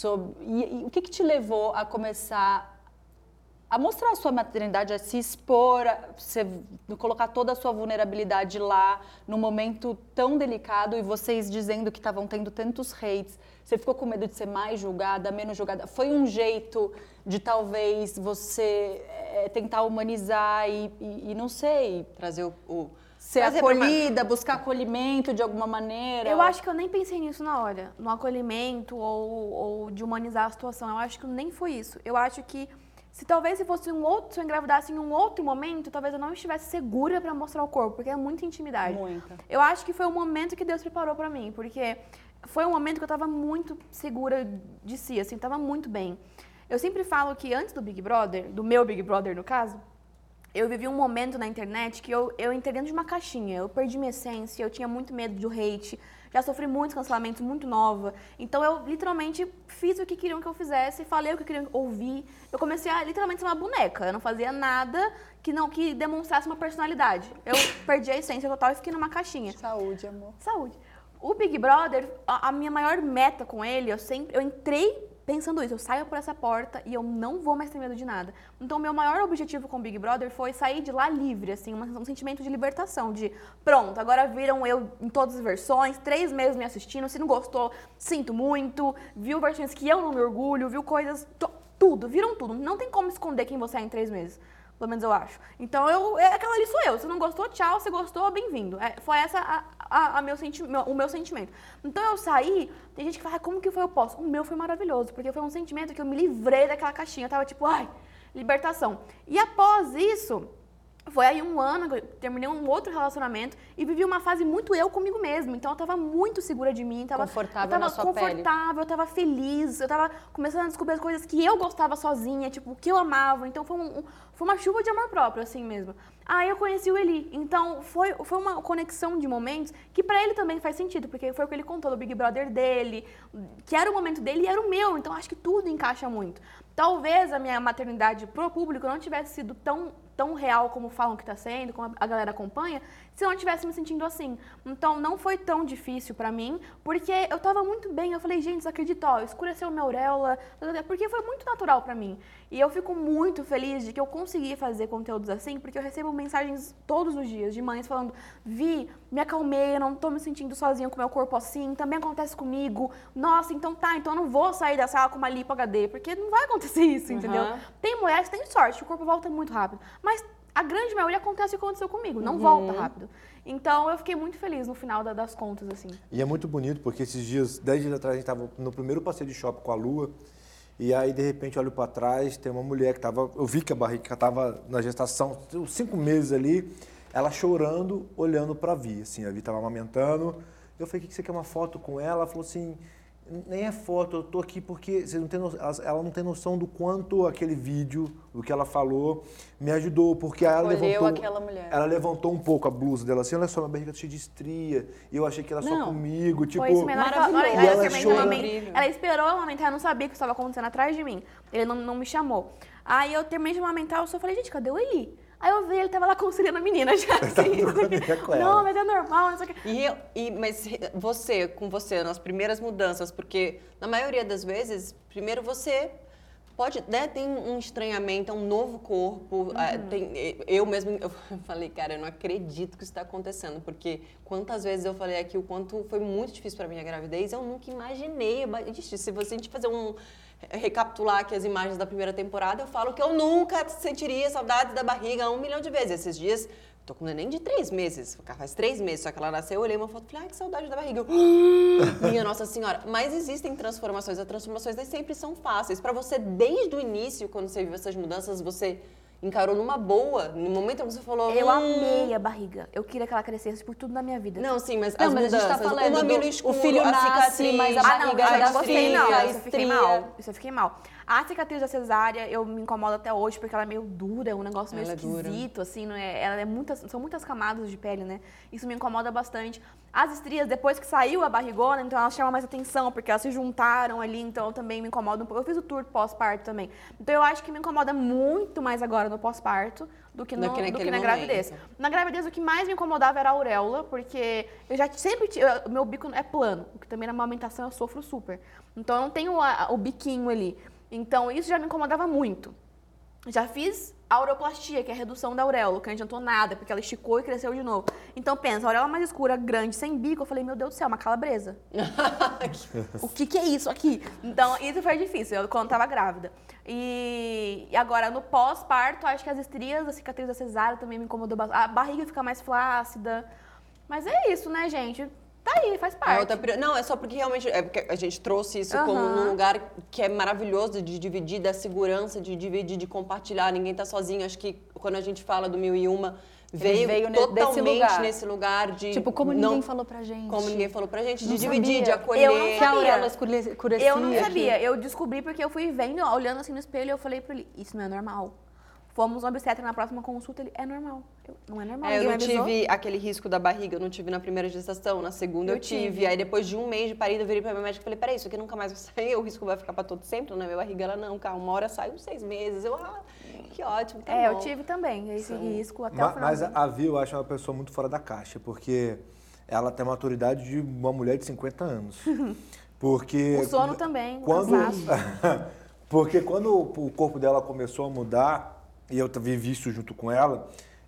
E o que te levou a começar a mostrar a sua maternidade, a se expor, colocar toda a sua vulnerabilidade lá, num momento tão delicado, e vocês dizendo que estavam tendo tantos hates, você ficou com medo de ser mais julgada, menos julgada? Foi um jeito de talvez você tentar humanizar e não sei... Trazer ser acolhida, buscar acolhimento de alguma maneira? Eu acho que eu nem pensei nisso na hora, no acolhimento ou de humanizar a situação. Eu acho que nem foi isso. Eu acho que se fosse se eu engravidasse em um outro momento, talvez eu não estivesse segura pra mostrar o corpo, porque é muita intimidade. Muita. Eu acho que foi o momento que Deus preparou pra mim, porque foi um momento que eu tava muito segura de si, assim, tava muito bem. Eu sempre falo que antes do Big Brother, do meu Big Brother no caso, eu vivi um momento na internet que eu entrei dentro de uma caixinha, eu perdi minha essência, eu tinha muito medo do hate, já sofri muitos cancelamentos muito nova. Então eu literalmente fiz o que queriam que eu fizesse, falei o que queriam ouvir. Eu comecei a literalmente ser uma boneca. Eu não fazia nada que demonstrasse uma personalidade. Eu perdi a essência total e fiquei numa caixinha. Saúde, amor. Saúde. O Big Brother, a minha maior meta com ele, eu entrei pensando isso, eu saio por essa porta e eu não vou mais ter medo de nada. Então, meu maior objetivo com o Big Brother foi sair de lá livre, assim, um sentimento de libertação, de pronto, agora viram eu em todas as versões, 3 meses me assistindo, se não gostou, sinto muito, viu versões que eu não me orgulho, viu coisas, viram tudo. Não tem como esconder quem você é em 3 meses. Pelo menos eu acho. Então, aquela ali sou eu. Se não gostou, tchau. Se gostou, bem-vindo. Foi essa o meu sentimento. Então, eu saí, tem gente que fala, como que foi o pós? O meu foi maravilhoso, porque foi um sentimento que eu me livrei daquela caixinha. Eu tava tipo, libertação. E após isso, foi aí um ano que eu terminei um outro relacionamento e vivi uma fase muito eu comigo mesma. Então, eu tava muito segura de mim. Confortável na sua pele. Eu tava feliz. Eu tava começando a descobrir as coisas que eu gostava sozinha, tipo, o que eu amava. Então, foi uma chuva de amor próprio, assim mesmo. Aí eu conheci o Eli. Então, foi uma conexão de momentos que pra ele também faz sentido, porque foi o que ele contou do Big Brother dele, que era o momento dele e era o meu. Então, acho que tudo encaixa muito. Talvez a minha maternidade pro público não tivesse sido tão real como falam que tá sendo, como a galera acompanha, se eu não tivesse me sentindo assim. Então, não foi tão difícil pra mim, porque eu tava muito bem. Eu falei, gente, acredita, escureceu minha auréola, porque foi muito natural pra mim. E eu fico muito feliz de que eu consegui fazer conteúdos assim, porque eu recebo mensagens todos os dias de mães falando, Vi, me acalmei, eu não tô me sentindo sozinha com meu corpo assim, também acontece comigo. Nossa, então eu não vou sair da sala com uma lipo HD, porque não vai acontecer isso, entendeu? Tem mulheres que têm sorte, o corpo volta muito rápido, mas a grande maioria acontece o que aconteceu comigo, não volta rápido. Então, eu fiquei muito feliz no final das contas, assim. E é muito bonito, porque esses dias, 10 dias atrás, a gente estava no primeiro passeio de shopping com a Lua, e aí, de repente, eu olho para trás, tem uma mulher que estava... Eu vi que a barriga estava na gestação, 5 meses ali, ela chorando, olhando para a Vi, assim, a Vi estava amamentando. Eu falei, o que você quer uma foto com ela? Ela falou assim, nem é foto, eu tô aqui porque você não tem ela não tem noção do quanto aquele vídeo, do que ela falou, me ajudou, porque ela levantou um pouco a blusa dela assim, olha só, minha barriga tá cheia de estria, e eu achei que era só comigo, tipo, foi isso mesmo. Maravilhoso. Ela esperou eu amamentar, eu não sabia o que estava acontecendo atrás de mim, ele não me chamou. Aí eu terminei de amamentar, eu só falei, gente, cadê o Eli? Aí eu vi, ele tava lá conciliando a menina já, assim. Não, mas é normal, não sei o quê. Mas com você, nas primeiras mudanças, porque na maioria das vezes, primeiro você pode, né, tem um estranhamento, é um novo corpo. Eu mesmo eu falei, cara, eu não acredito que isso está acontecendo, porque quantas vezes eu falei aqui o quanto foi muito difícil para mim a gravidez, eu nunca imaginei. Se a gente fazer recapitular aqui as imagens da primeira temporada, eu falo que eu nunca sentiria saudades da barriga 1 milhão de vezes. Esses dias, tô com um neném de 3 meses, faz 3 meses, só que ela nasceu, eu olhei uma foto e falei, ai, que saudade da barriga. Minha Nossa Senhora. Mas existem transformações, as transformações nem sempre são fáceis. Para você, desde o início, quando você viu essas mudanças, você encarou numa boa, no momento que você falou... Eu amei a barriga. Eu queria que ela crescesse por tudo na minha vida. Não, sim, mas Não, as mas mudanças, a gente tá falando o mamilo escuro, o filho a nasce, cicatriz, mas a barriga eu já não gostei, não. fica, Isso eu fiquei estria. mal. Isso eu fiquei mal. A cicatriz da cesárea, eu me incomodo até hoje, porque ela é meio dura, um negócio meio Ela é dura. esquisito, assim, não é? Ela é são muitas camadas de pele, né? Isso me incomoda bastante. As estrias, depois que saiu a barrigona, então elas chamam mais atenção, porque elas se juntaram ali, então também me incomoda um pouco. Eu fiz o tour pós-parto também. Então eu acho que me incomoda muito mais agora no pós-parto do que na gravidez. Na gravidez, o que mais me incomodava era a auréola, porque eu já sempre tinha... O meu bico é plano, o que também na amamentação eu sofro super. Então eu não tenho o biquinho ali. Então, isso já me incomodava muito. Já fiz a aureoplastia, que é a redução da auréola, que não adiantou nada, porque ela esticou e cresceu de novo. Então, pensa, a auréola mais escura, grande, sem bico, eu falei, meu Deus do céu, uma calabresa. O que é isso aqui? Então, isso foi difícil, quando eu tava grávida. E agora, no pós-parto, acho que as estrias, a cicatriz da cesárea também me incomodou bastante. A barriga fica mais flácida. Mas é isso, né, gente? Tá aí, faz parte. Não, é só porque realmente porque a gente trouxe isso como num lugar que é maravilhoso de dividir, da segurança, de dividir, de compartilhar. Ninguém tá sozinho. Acho que quando a gente fala do 1001, veio totalmente nesse lugar de... Tipo, como ninguém falou pra gente. Como ninguém falou pra gente, de Não dividir, sabia. de acolher. Eu não sabia. Que a auréola escurecia. Eu não sabia. Eu descobri porque eu fui vendo, olhando assim no espelho, eu falei pra ele, isso não é normal. Fomos no obstetra na próxima consulta, ele é normal. Não é normal. Eu não tive aquele risco da barriga, eu não tive na primeira gestação, na segunda eu tive. Aí depois de um mês de parida, eu virei pra minha médica e falei, peraí, isso aqui nunca mais vai sair, o risco vai ficar pra todo sempre, não é minha barriga? Ela, não, calma, uma hora sai uns 6 meses. Eu, que ótimo, tá bom. Eu tive também esse risco até o final. Mas a Vi, eu acho uma pessoa muito fora da caixa, porque ela tem a maturidade de uma mulher de 50 anos. Porque... O sono também, quando, o cansaço. Porque quando o corpo dela começou a mudar, e eu vivi isso junto com ela,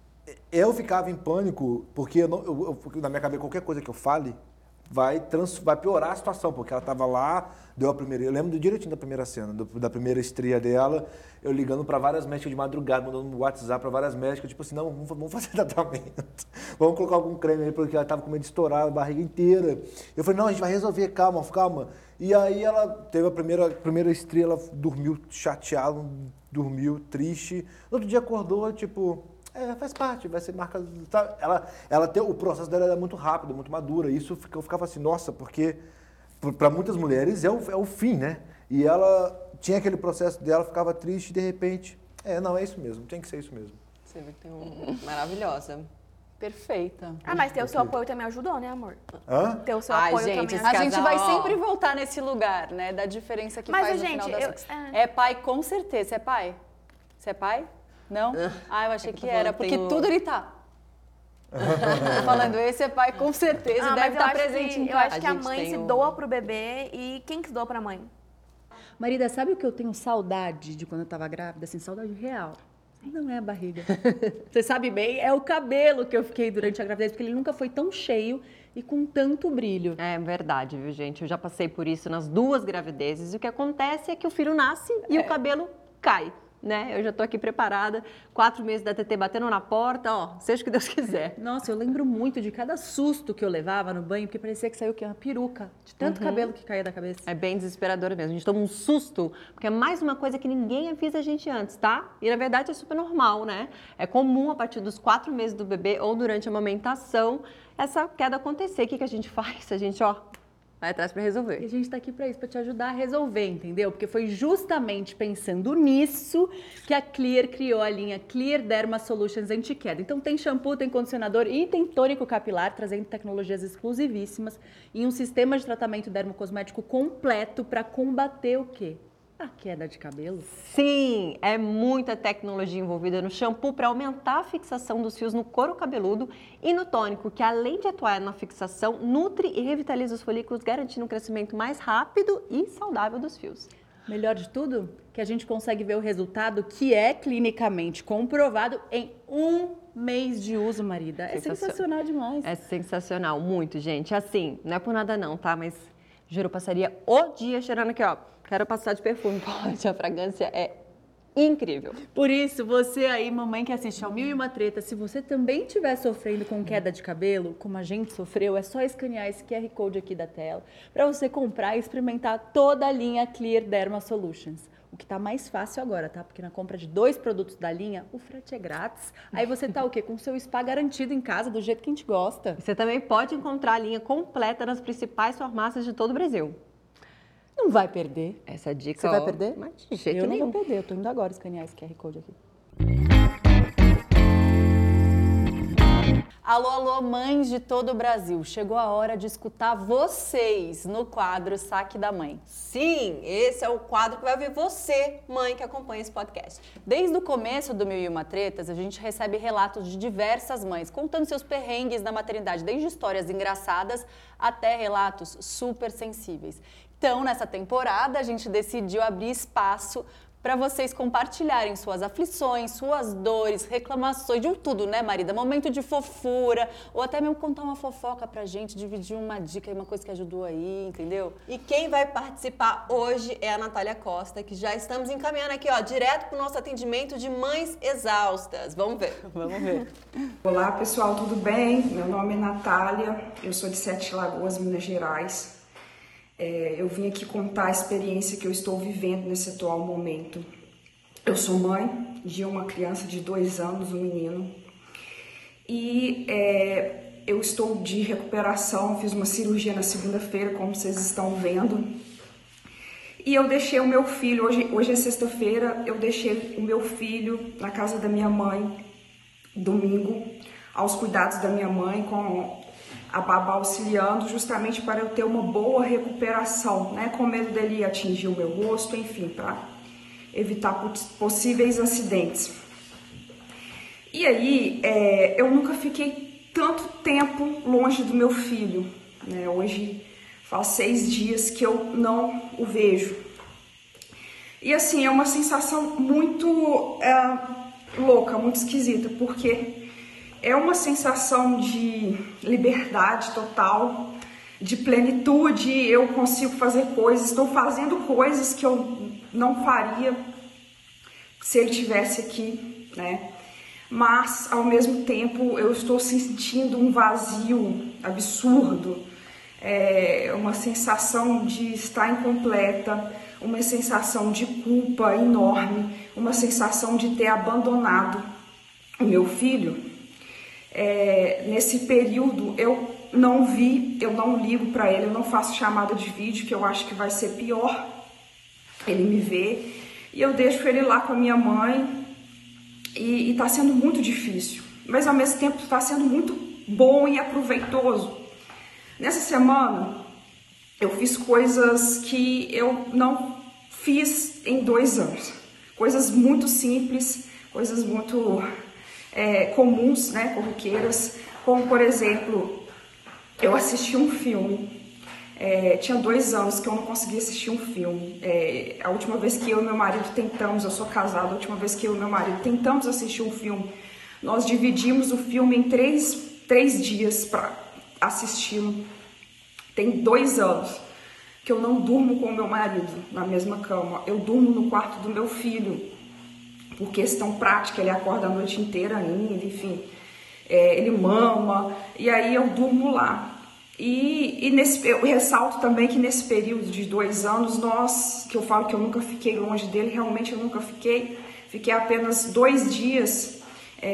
eu ficava em pânico, porque na minha cabeça, qualquer coisa que eu fale vai piorar a situação, porque ela estava lá, deu a primeira... Eu lembro direitinho da primeira cena, da primeira estria dela, eu ligando para várias médicas de madrugada, mandando um WhatsApp para várias médicas, tipo assim, não, vamos fazer tratamento, vamos colocar algum creme aí, porque ela estava com medo de estourar a barriga inteira. Eu falei, não, a gente vai resolver, calma. E aí ela teve a primeira estria, ela dormiu chateada, dormiu triste. No outro dia acordou, tipo, faz parte, vai ser marca... Tá? O processo dela era muito rápido, muito madura. Isso eu ficava assim, nossa, porque para muitas mulheres é o fim, né? E ela tinha aquele processo dela, ficava triste e de repente, não, é isso mesmo, tem que ser isso mesmo. Você vê que tem maravilhosa. Perfeita. Mas ter o seu apoio também ajudou, né, amor? Hã? Ter o seu apoio gente, também. A gente vai sempre voltar nesse lugar, né? Da diferença que faz no final das... É pai, com certeza. Você é pai? Você é pai? Não? Eu achei que era. Porque tudo ele tá. Falando, esse é pai, com certeza. Deve estar presente em casa. Eu acho que a mãe se doa pro bebê e quem que se doa pra mãe? Marida, sabe o que eu tenho saudade de quando eu tava grávida? Assim, saudade real. Não é a barriga. Você sabe bem, é o cabelo que eu fiquei durante a gravidez, porque ele nunca foi tão cheio e com tanto brilho. É verdade, viu, gente? Eu já passei por isso nas 2 gravidezes. E o que acontece é que o filho nasce e o cabelo cai, né? Eu já tô aqui preparada, 4 meses da TT batendo na porta, seja o que Deus quiser. Nossa, eu lembro muito de cada susto que eu levava no banho, porque parecia que saiu uma peruca, de tanto cabelo que caía da cabeça. É bem desesperador mesmo. A gente toma um susto, porque é mais uma coisa que ninguém avisa a gente antes, tá? E na verdade é super normal, né? É comum a partir dos 4 meses do bebê ou durante a amamentação essa queda acontecer. O que a gente faz? A gente, vai atrás para resolver. E a gente tá aqui para isso, para te ajudar a resolver, entendeu? Porque foi justamente pensando nisso que a Clear criou a linha Clear Derma Solutions Anti-Queda. Então tem shampoo, tem condicionador e tem tônico capilar, trazendo tecnologias exclusivíssimas e um sistema de tratamento dermocosmético completo para combater o quê? A queda de cabelo? Sim, é muita tecnologia envolvida no shampoo para aumentar a fixação dos fios no couro cabeludo e no tônico, que além de atuar na fixação, nutre e revitaliza os folículos, garantindo um crescimento mais rápido e saudável dos fios. Melhor de tudo, que a gente consegue ver o resultado que é clinicamente comprovado em 1 mês de uso, marida. É sensacional demais. É sensacional, muito, gente. Assim, não é por nada não, tá? Mas juro, eu passaria o dia cheirando aqui, ó. Quero passar de perfume, pode. A fragrância é incrível. Por isso, você aí, mamãe que assiste ao Mil e Uma Treta, se você também estiver sofrendo com queda de cabelo, como a gente sofreu, é só escanear esse QR Code aqui da tela para você comprar e experimentar toda a linha Clear Derma Solutions. O que tá mais fácil agora, tá? Porque na compra de 2 produtos da linha, o frete é grátis. Aí você tá o quê? Com o seu spa garantido em casa, do jeito que a gente gosta. Você também pode encontrar a linha completa nas principais farmácias de todo o Brasil. Não vai perder. Essa dica, Você vai perder? Mas de jeito Eu nenhum. não vou perder, eu tô indo agora escanear esse QR Code aqui. Alô, alô, mães de todo o Brasil. Chegou a hora de escutar vocês no quadro Saque da Mãe. Sim, esse é o quadro que vai ver você, mãe, que acompanha esse podcast. Desde o começo do Mil e Uma Tretas, a gente recebe relatos de diversas mães contando seus perrengues na maternidade, desde histórias engraçadas até relatos super sensíveis. Então, nessa temporada, a gente decidiu abrir espaço para vocês compartilharem suas aflições, suas dores, reclamações, de tudo, né, marida? Momento de fofura, ou até mesmo contar uma fofoca pra gente, dividir uma dica, uma coisa que ajudou aí, entendeu? E quem vai participar hoje é a Natália Costa, que já estamos encaminhando aqui, ó, direto pro nosso atendimento de mães exaustas. Vamos ver. Vamos ver. Olá, pessoal, tudo bem? Meu nome é Natália, eu sou de Sete Lagoas, Minas Gerais. Eu vim aqui contar a experiência que eu estou vivendo nesse atual momento. Eu sou mãe de uma criança de 2 anos, um menino, e eu estou de recuperação, fiz uma cirurgia na segunda-feira, como vocês estão vendo, e eu deixei o meu filho, hoje é sexta-feira, eu deixei o meu filho na casa da minha mãe, domingo, aos cuidados da minha mãe, com a babá auxiliando, justamente para eu ter uma boa recuperação, né? Com medo dele atingir o meu rosto, enfim, para evitar possíveis acidentes. E aí, eu nunca fiquei tanto tempo longe do meu filho, né? Hoje faz 6 dias que eu não o vejo. E assim, é uma sensação muito louca, muito esquisita, porque é uma sensação de liberdade total, de plenitude. Eu consigo fazer coisas, estou fazendo coisas que eu não faria se ele estivesse aqui, né? Mas, ao mesmo tempo, eu estou sentindo um vazio absurdo, uma sensação de estar incompleta, uma sensação de culpa enorme, uma sensação de ter abandonado o meu filho. Nesse período eu não ligo para ele, eu não faço chamada de vídeo, que eu acho que vai ser pior ele me ver, e eu deixo ele lá com a minha mãe, e tá sendo muito difícil, mas ao mesmo tempo tá sendo muito bom e aproveitoso. Nessa semana eu fiz coisas que eu não fiz em 2 anos, coisas muito simples, coisas muito comuns, né, corriqueiras, como por exemplo, eu assisti um filme. Tinha 2 anos que eu não conseguia assistir um filme. A última vez que eu e meu marido tentamos, eu sou casada, a última vez que eu e meu marido tentamos assistir um filme, nós dividimos o filme em 3 dias para assisti-lo. Tem 2 anos que eu não durmo com o meu marido na mesma cama, eu durmo no quarto do meu filho, por questão prática, ele acorda a noite inteira ainda, enfim, ele mama, e aí eu durmo lá. E eu ressalto também que nesse período de 2 anos, que eu falo que eu nunca fiquei longe dele, realmente eu nunca fiquei apenas 2 dias,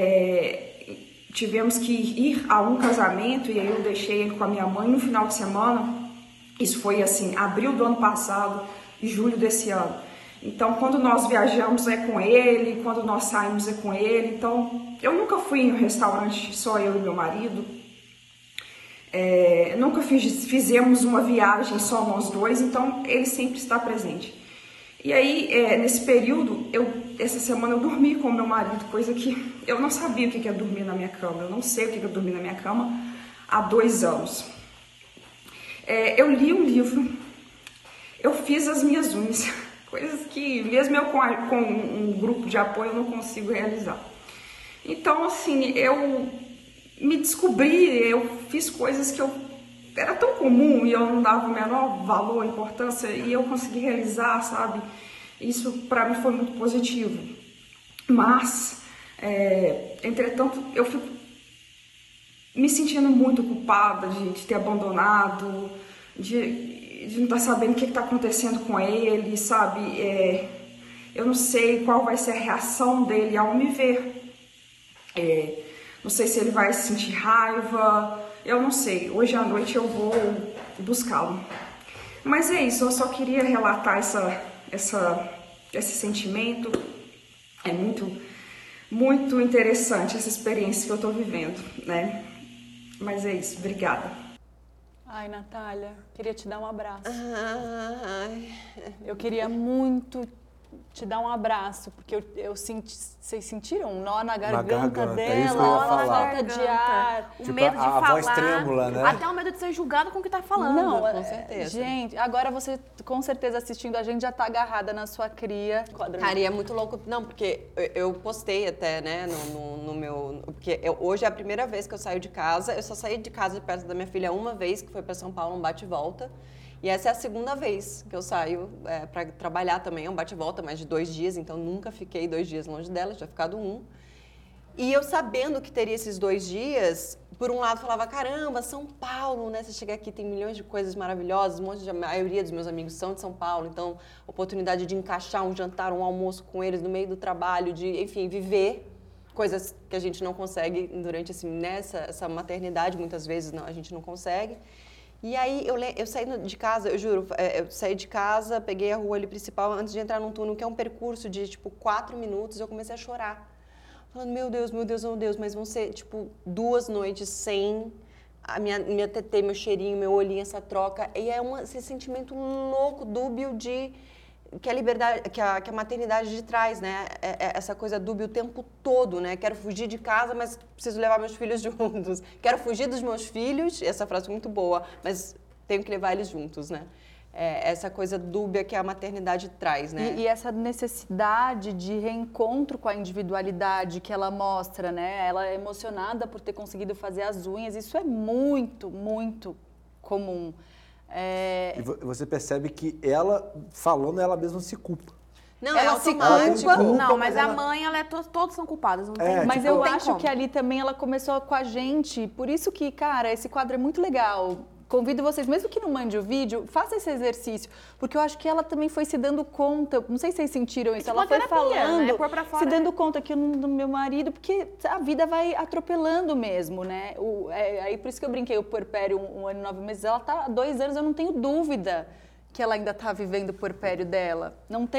tivemos que ir a um casamento, e aí eu deixei ele com a minha mãe no final de semana, isso foi assim, abril do ano passado e julho desse ano. Então, quando nós viajamos é com ele, quando nós saímos é com ele. Então, eu nunca fui em um restaurante só eu e meu marido. Nunca fizemos uma viagem só nós dois, então ele sempre está presente. E aí, nesse período, essa semana eu dormi com o meu marido, coisa que eu não sabia o que é dormir na minha cama. Eu não sei o que é dormir na minha cama há 2 anos. Eu li um livro, eu fiz as minhas unhas, Coisas que, mesmo eu com um grupo de apoio, eu não consigo realizar. Então, assim, eu me descobri, eu fiz coisas que era tão comum e eu não dava o menor valor, importância, e eu consegui realizar, sabe? Isso para mim foi muito positivo. Mas, entretanto, eu fico me sentindo muito culpada de ter abandonado, de não estar sabendo o que está acontecendo com ele, sabe? Eu não sei qual vai ser a reação dele ao me ver. Não sei se ele vai sentir raiva, eu não sei. Hoje à noite eu vou buscá-lo. Mas é isso, eu só queria relatar esse sentimento. É muito interessante essa experiência que eu estou vivendo, né? Mas é isso, obrigada. Ai, Natália, queria te dar um abraço. Ai. Eu queria muito te dar um abraço, porque eu senti, vocês sentiram um nó na garganta é isso que eu ia dela, falar. falta de ar. O Tipo, medo de a falar. voz trêmula, né? Até o medo de ser julgado com o que tá falando. Não, com certeza. Gente, agora você com certeza assistindo a gente já tá agarrada na sua cria. Cara, e é muito louco. Não, porque eu postei até, né, no meu... Porque hoje é a primeira vez que eu saio de casa. Eu só saí de casa de perto da minha filha uma vez, que foi pra São Paulo, um bate e volta. E essa é a segunda vez que eu saio para trabalhar também, é um bate-volta, mais de 2 dias, então nunca fiquei 2 dias longe dela, já ficado 1. E eu sabendo que teria esses 2 dias, por um lado falava, caramba, São Paulo, né? Você chega aqui, tem milhões de coisas maravilhosas, a maioria dos meus amigos são de São Paulo, então oportunidade de encaixar um jantar, um almoço com eles no meio do trabalho, de, enfim, viver coisas que a gente não consegue durante essa maternidade, muitas vezes a gente não consegue. E aí eu saí de casa, eu juro, eu saí de casa, peguei a rua ali principal antes de entrar num túnel, que é um percurso de tipo 4 minutos, eu comecei a chorar. Falando, meu Deus, mas vão ser tipo 2 noites sem a minha tetê, meu cheirinho, meu olhinho, essa troca. E é esse sentimento louco, dúbio que a liberdade, que a maternidade traz, né? Essa coisa dúbia o tempo todo, né? Quero fugir de casa, mas preciso levar meus filhos juntos. Quero fugir dos meus filhos, essa frase é muito boa, mas tenho que levar eles juntos, né? Essa coisa dúbia que a maternidade traz, né? E essa necessidade de reencontro com a individualidade que ela mostra, né? Ela é emocionada por ter conseguido fazer as unhas, isso é muito, muito comum. E você percebe que ela, falando, ela mesma se culpa. Não, ela se automático. culpa. Não, mas a mãe, todos são culpados. Não tem, Mas tipo, eu não tem acho como. que ali também ela começou com a gente. Por isso que, cara, esse quadro é muito legal. Convido vocês, mesmo que não mande o vídeo, faça esse exercício. Porque eu acho que ela também foi se dando conta. Não sei se vocês sentiram isso. tipo Ela foi terapia, falando, né? Pôr pra fora. se dando conta que do meu marido, porque a vida vai atropelando mesmo, né? Aí por isso que eu brinquei, o puerpério 1 ano e 9 meses, ela tá há 2 anos, eu não tenho dúvida que ela ainda está vivendo o puerpério dela. Não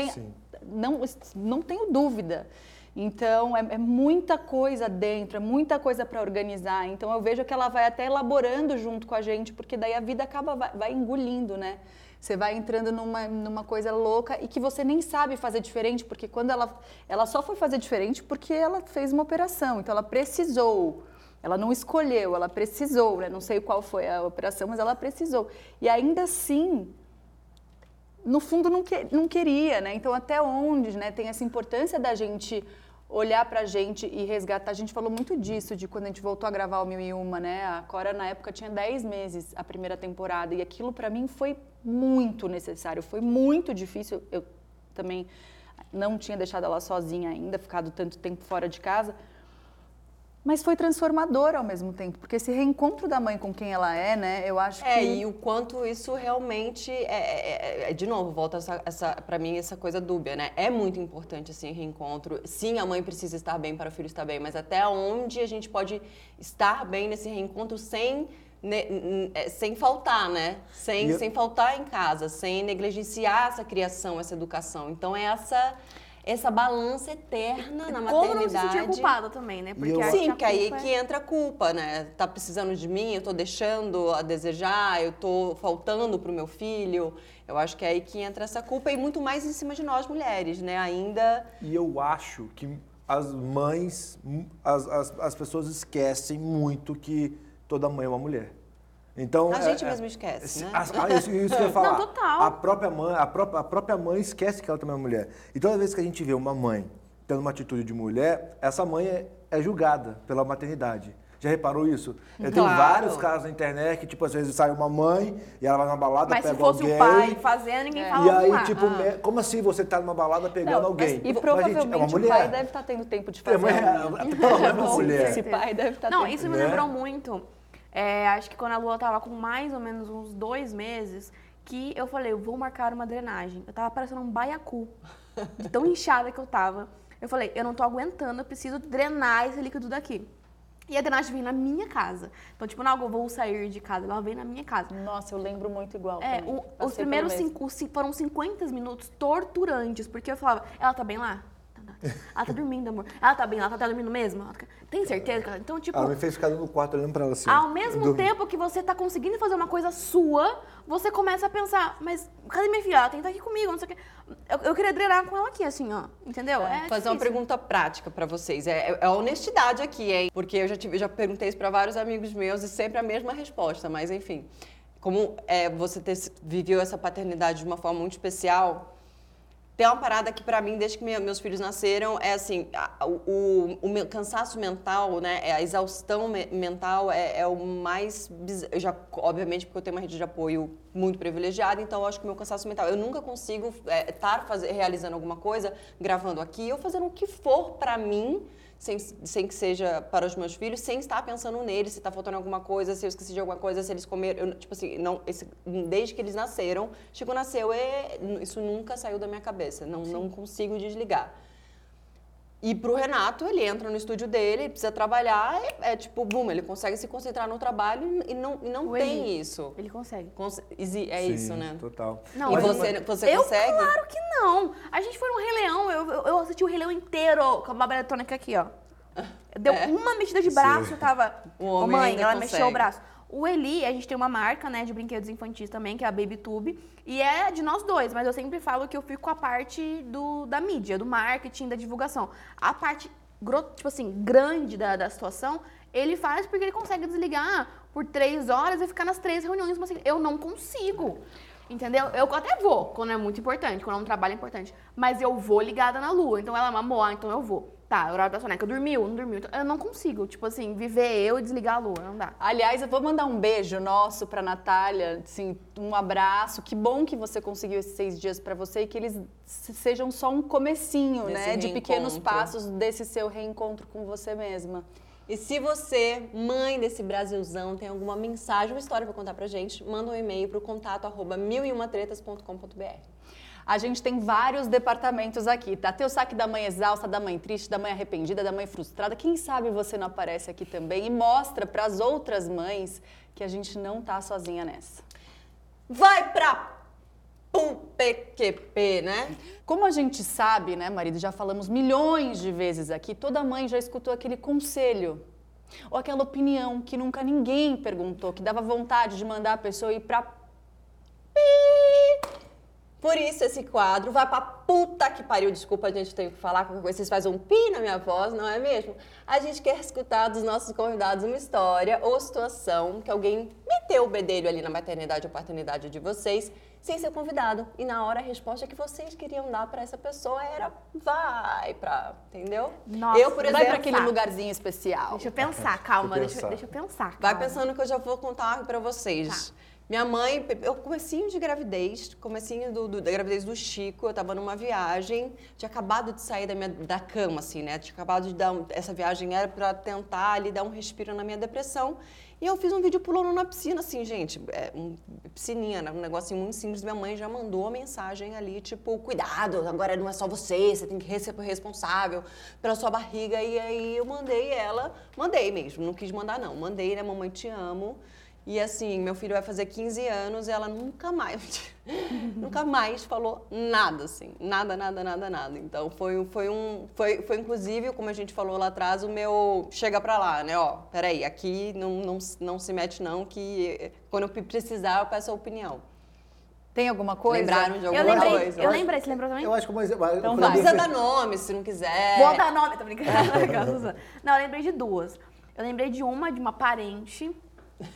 tenho dúvida. Então, é muita coisa dentro, é muita coisa para organizar. Então, eu vejo que ela vai até elaborando junto com a gente, porque daí a vida vai engolindo, né? Você vai entrando numa coisa louca e que você nem sabe fazer diferente, porque quando ela só foi fazer diferente porque ela fez uma operação. Então, ela precisou. Ela não escolheu, ela precisou, né? Não sei qual foi a operação, mas ela precisou. E ainda assim, no fundo, não queria, né? Então, até onde, né? Tem essa importância da gente olhar pra gente e resgatar. A gente falou muito disso, de quando a gente voltou a gravar o 1001, né? A Cora, na época, tinha 10 meses a primeira temporada. E aquilo, pra mim, foi muito necessário. Foi muito difícil. Eu também não tinha deixado ela sozinha ainda, ficado tanto tempo fora de casa. Mas foi transformador ao mesmo tempo, porque esse reencontro da mãe com quem ela é, né, eu acho que... E o quanto isso realmente de novo, volta pra mim essa coisa dúbia, né? É muito importante, assim, reencontro. Sim, a mãe precisa estar bem para o filho estar bem, mas até onde a gente pode estar bem nesse reencontro sem faltar, né? Sem faltar em casa, sem negligenciar essa criação, essa educação. Então, essa balança eterna na maternidade. Como não se sentir culpada também, né? Porque sim, porque aí que entra a culpa, né? Tá precisando de mim, eu tô deixando a desejar, eu tô faltando pro meu filho. Eu acho que é aí que entra essa culpa e muito mais em cima de nós mulheres, né? Ainda... E eu acho que as mães, as pessoas esquecem muito que toda mãe é uma mulher. Então, A gente mesmo esquece, né? Isso que eu ia falar. Não, total. A própria mãe esquece que ela também é mulher. E toda vez que a gente vê uma mãe tendo uma atitude de mulher, essa mãe é julgada pela maternidade. Já reparou isso? Eu tenho vários casos na internet que, tipo, às vezes sai uma mãe e ela vai numa balada, Mas pega se fosse alguém. o pai fazendo, ninguém E fala aí, lá. tipo, como assim você tá numa balada pegando alguém? E Mas, provavelmente gente, é uma o mulher. pai deve estar tendo tempo de fazer. Pelo menos uma mulher. Esse pai deve estar Não, tendo. isso me né? lembrou muito. Acho que quando a Lua tava com mais ou menos uns 2 meses, que eu falei, eu vou marcar uma drenagem. Eu tava parecendo um baiacu, de tão inchada que eu tava. Eu falei, eu não tô aguentando, eu preciso drenar esse líquido daqui. E a drenagem vem na minha casa. Então, tipo, não, eu vou sair de casa, ela vem na minha casa. Nossa, eu lembro muito igual. É, também. os Passei primeiros pelo mesmo. foram 50 minutos torturantes, porque eu falava, ela tá bem lá? Ela tá dormindo, amor. Ela tá bem lá? Ela tá dormindo mesmo? Tem certeza? Então, tipo... Ela me fez ficar no quarto olhando pra ela assim. Ao mesmo tempo que você tá conseguindo fazer uma coisa sua, você começa a pensar, mas cadê minha filha? Ela tem que estar aqui comigo, não sei o quê. Eu queria drenar com ela aqui, assim, ó. Entendeu? Fazer uma difícil. pergunta prática pra vocês. É honestidade aqui, hein? Porque eu já perguntei isso pra vários amigos meus e sempre a mesma resposta, mas enfim. Como você viveu essa paternidade de uma forma muito especial, tem uma parada que pra mim, desde que meus filhos nasceram, é assim, o meu cansaço mental, né, a exaustão mental é o mais... Obviamente, porque eu tenho uma rede de apoio muito privilegiada, então eu acho que o meu cansaço mental... Eu nunca consigo estar realizando alguma coisa, gravando aqui, ou fazendo o que for pra mim, sem que seja para os meus filhos, sem estar pensando neles, se está faltando alguma coisa, se eu esqueci de alguma coisa, se eles comeram... tipo assim, desde que eles nasceram, Chico nasceu e isso nunca saiu da minha cabeça. Não consigo desligar. E pro Renato, ele entra no estúdio dele, ele precisa trabalhar, tipo, bum, ele consegue se concentrar no trabalho e não tem isso. Ele consegue. Sim, isso, né? Total. Não, E você consegue? Claro que não. A gente foi no Rei Leão, eu assisti o Rei Leão inteiro com a babá eletrônica aqui, ó. Deu uma mexida de braço, eu tava... O homem mãe, ainda ela consegue. mexeu o braço. O Eli, a gente tem uma marca, né, de brinquedos infantis também, que é a Baby Tube, e é de nós dois, mas eu sempre falo que eu fico com a parte da mídia, do marketing, da divulgação. A parte, tipo assim, grande da situação, ele faz porque ele consegue desligar por 3 horas e ficar nas 3 reuniões, mas assim, eu não consigo. Entendeu? Eu até vou, quando é muito importante, quando é um trabalho importante. Mas eu vou ligada na Lua. Então ela mamou, então eu vou. Tá, horário da soneca. Dormiu? Não dormiu? Então, eu não consigo, tipo assim, viver eu e desligar a Lua. Não dá. Aliás, eu vou mandar um beijo nosso pra Natália, assim, um abraço. Que bom que você conseguiu esses 6 dias pra você e que eles sejam só um comecinho, Desse né? De pequenos reencontro. passos desse seu reencontro com você mesma. E se você, mãe desse Brasilzão, tem alguma mensagem, uma história pra contar pra gente, manda um e-mail pro contato@milumatretas.com.br. A gente tem vários departamentos aqui, tá? Tem o saque da mãe exausta, da mãe triste, da mãe arrependida, da mãe frustrada. Quem sabe você não aparece aqui também e mostra pras outras mães que a gente não tá sozinha nessa. Vai pra PQP, né? Como a gente sabe, né, marido, já falamos milhões de vezes aqui, toda mãe já escutou aquele conselho ou aquela opinião que nunca ninguém perguntou, que dava vontade de mandar a pessoa ir pra Por isso esse quadro vai pra puta que pariu. Desculpa, a gente tem que falar qualquer coisa, vocês fazem um pi na minha voz, não é mesmo? A gente quer escutar dos nossos convidados uma história ou situação que alguém meteu o bedelho ali na maternidade ou paternidade de vocês sem ser convidado. E na hora a resposta que vocês queriam dar pra essa pessoa era vai pra, entendeu? Nossa, eu, por exemplo, vai pra aquele lugarzinho especial. Deixa eu pensar, calma, Deixa eu deixa eu pensar. vai calma. pensando que eu já vou contar pra vocês. Tá. Minha mãe, eu comecinho de gravidez, da gravidez do Chico, eu tava numa viagem, tinha acabado de sair da cama, assim, né? Tinha acabado de essa viagem era pra tentar ali dar um respiro na minha depressão. E eu fiz um vídeo pulando na piscina, assim, gente, piscininha, né? Um negocinho muito simples. Minha mãe já mandou a mensagem ali, tipo, cuidado, agora não é só você tem que ser responsável pela sua barriga. E aí eu mandei mesmo, não quis mandar não, mandei, né? Mamãe, te amo. E assim, meu filho vai fazer 15 anos e ela nunca mais falou nada, assim. Nada. Então, foi inclusive, como a gente falou lá atrás, o meu chega pra lá, né? Ó, peraí, aqui não se mete não, que quando eu precisar eu peço a opinião. Tem alguma coisa? Lembraram de Eu alguma lembrei, coisa? eu lembrei, você lembrou também? Eu acho que mais. Então Não vai. precisa dar nome, se não quiser. Vou dar nome, tô brincando. Não, eu lembrei de 2. Eu lembrei de uma parente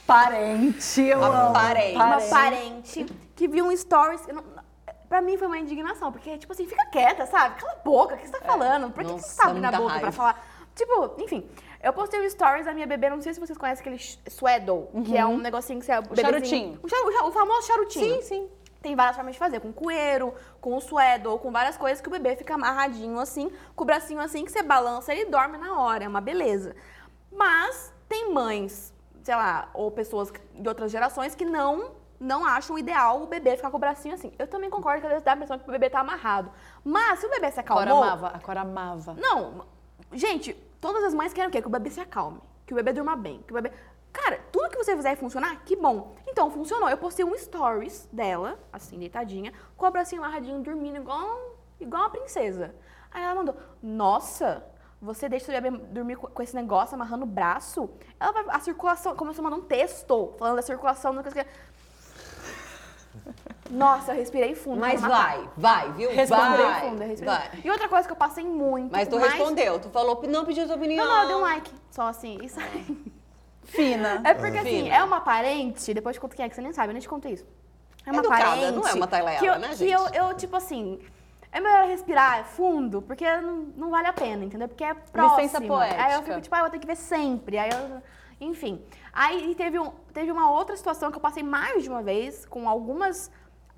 Parente, eu amo. Parente. Uma parente que viu um stories. Pra mim foi uma indignação, porque, tipo assim, fica quieta, sabe? Cala a boca, o que você tá falando? Por que Nossa, você tá abrindo a muita boca raiva. pra falar? Tipo, enfim, eu postei um stories da minha bebê, não sei se vocês conhecem aquele Swaddle, que é um negocinho que você... charutinho. O famoso charutinho. Sim, sim. Tem várias formas de fazer, com coeiro, com o Swaddle, com várias coisas que o bebê fica amarradinho assim, com o bracinho assim, que você balança e ele dorme na hora, é uma beleza. Mas tem mães, sei lá, ou pessoas de outras gerações que não acham ideal o bebê ficar com o bracinho assim. Eu também concordo que às vezes dá a impressão que o bebê tá amarrado. Mas se o bebê se acalmou... A Cora amava. Não, gente, todas as mães querem o quê? Que o bebê se acalme, que o bebê durma bem, que o bebê... Cara, tudo que você fizer funcionar, que bom. Então, funcionou. Eu postei um stories dela, assim, deitadinha, com o bracinho amarradinho, dormindo igual uma princesa. Aí ela mandou, nossa... Você deixa o bebê dormir com esse negócio, amarrando o braço, a circulação... Começou a mandar um texto falando da circulação... Nossa, eu respirei fundo. Mas vai, viu? Respirei Vai, fundo, eu respirei. vai. E outra coisa que eu passei muito... Mas tu respondeu, tu falou, não pediu tua opinião. Não, eu dei um like. Só assim, isso aí. Fina. É porque assim, Fina. é uma parente... Depois te conto quem é, que você nem sabe, eu nem te conto isso. É uma Educada, parente... não é uma Tailela, que eu, né, que gente? eu, tipo assim... É melhor respirar fundo, porque não vale a pena, entendeu? Porque é próximo. Licença poética. Aí eu fico tipo, eu vou ter que ver sempre. Aí eu... Enfim. Aí teve uma outra situação que eu passei mais de uma vez com algumas...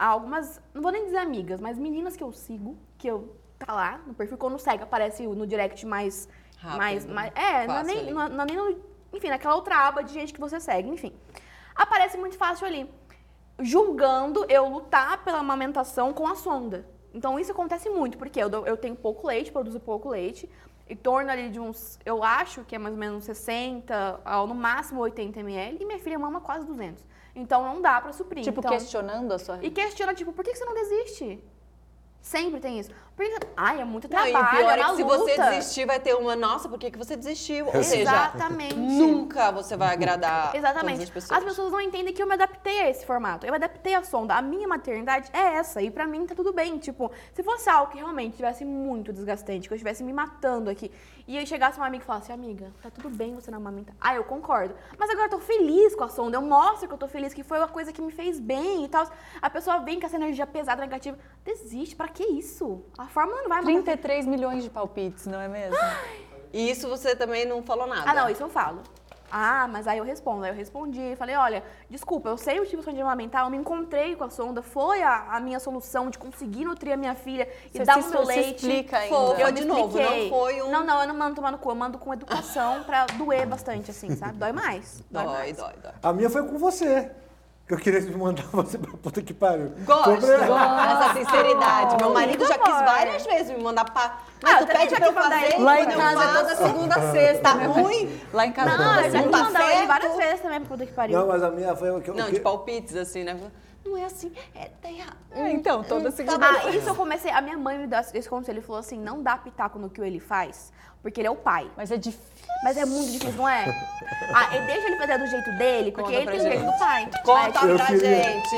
Não vou nem dizer amigas, mas meninas que eu sigo, que eu... Tá lá no perfil, quando segue, aparece no direct mais... Rápido, não é fácil nem, ali. não é nem no... Enfim, naquela outra aba de gente que você segue, enfim. Aparece muito fácil ali. Julgando eu lutar pela amamentação com a sonda. Então, isso acontece muito, porque eu tenho pouco leite, produzo pouco leite, em torno ali de uns, eu acho que é mais ou menos 60, ao no máximo 80 ml, e minha filha mama quase 200. Então, não dá pra suprir. Tipo, então, questionando a sua... E questiona, tipo, por que você não desiste? Sempre tem isso. Porque, é muito Não, e trabalho, o pior é uma que se luta. você desistir, vai ter uma, nossa, por que você desistiu? Ou seja, Exatamente. nunca você vai agradar Exatamente. todas as pessoas. As pessoas não entendem que eu me adaptei a esse formato. Eu me adaptei à sonda. A minha maternidade é essa. E pra mim tá tudo bem. Tipo, se fosse algo que realmente tivesse muito desgastante, que eu estivesse me matando aqui, e aí chegasse uma amiga e falasse, amiga, tá tudo bem você não amamentar. Eu concordo. Mas agora eu tô feliz com a sonda. Eu mostro que eu tô feliz, que foi uma coisa que me fez bem e tal. A pessoa vem com essa energia pesada, negativa. Desiste. Pra que isso? A fórmula não vai mandar. 33 milhões de palpites, não é mesmo? E isso você também não falou nada. Não, isso eu falo. Mas aí eu respondo. Aí eu respondi, falei, olha, desculpa, eu sei o tipo de amamentar, eu me encontrei com a sonda, foi a minha solução de conseguir nutrir a minha filha e Você dar o se meu leite. explica ainda. Fofa, Eu de me novo, expliquei. não foi um... Não, eu não mando tomar no cu, eu mando com educação pra doer bastante, assim, sabe? Dói mais. Dói. A minha foi com você. Que eu queria mandar você pra puta que pariu. Gosto Foi dessa sinceridade. Meu marido já quis amor. várias vezes me mandar pra... eu Mas tu também pede já pra eu quis mandar fazer ele. Lá em quando eu casa é faço, toda segunda a sexta. tá né? ruim? Lá em casa Não, eu já Não quis tá mandar ele certo. várias vezes também pra puta que pariu. Não, mas a minha foi... Não, de palpites, assim, né? Não é assim, tá errado. Então, toda segunda... Isso eu comecei... A minha mãe me deu esse conselho, ele falou assim, não dá pitaco no que ele faz, porque ele é o pai. Mas é difícil. Mas é muito difícil, não é? E deixa ele fazer do jeito dele, porque Conta ele pra tem o jeito gente. do pai. Conta Vai, pra gente.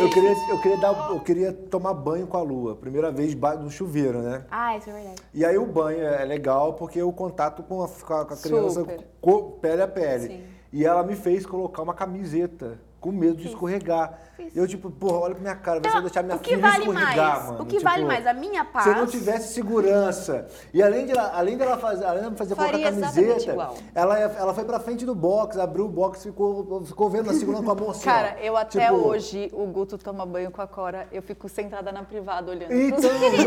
Eu queria tomar banho com a lua. Primeira vez no chuveiro, né? isso é verdade. E aí o banho é legal porque o contato com a criança Super. pele a pele. Sim. E ela me fez colocar uma camiseta com medo de escorregar. Eu, tipo, porra, olha pra minha cara, você vai deixar minha o que filha vale escorregar, mais? mano. O que Tipo, vale mais? A minha paz? Se eu não tivesse segurança. E além de ela fazer colocar Faria a exatamente camiseta, igual. ela foi pra frente do box, abriu o box, ficou vendo, segurando com a mão assim. Cara, ó. eu até Tipo, hoje, o Guto toma banho com a Cora, eu fico sentada na privada olhando. Então,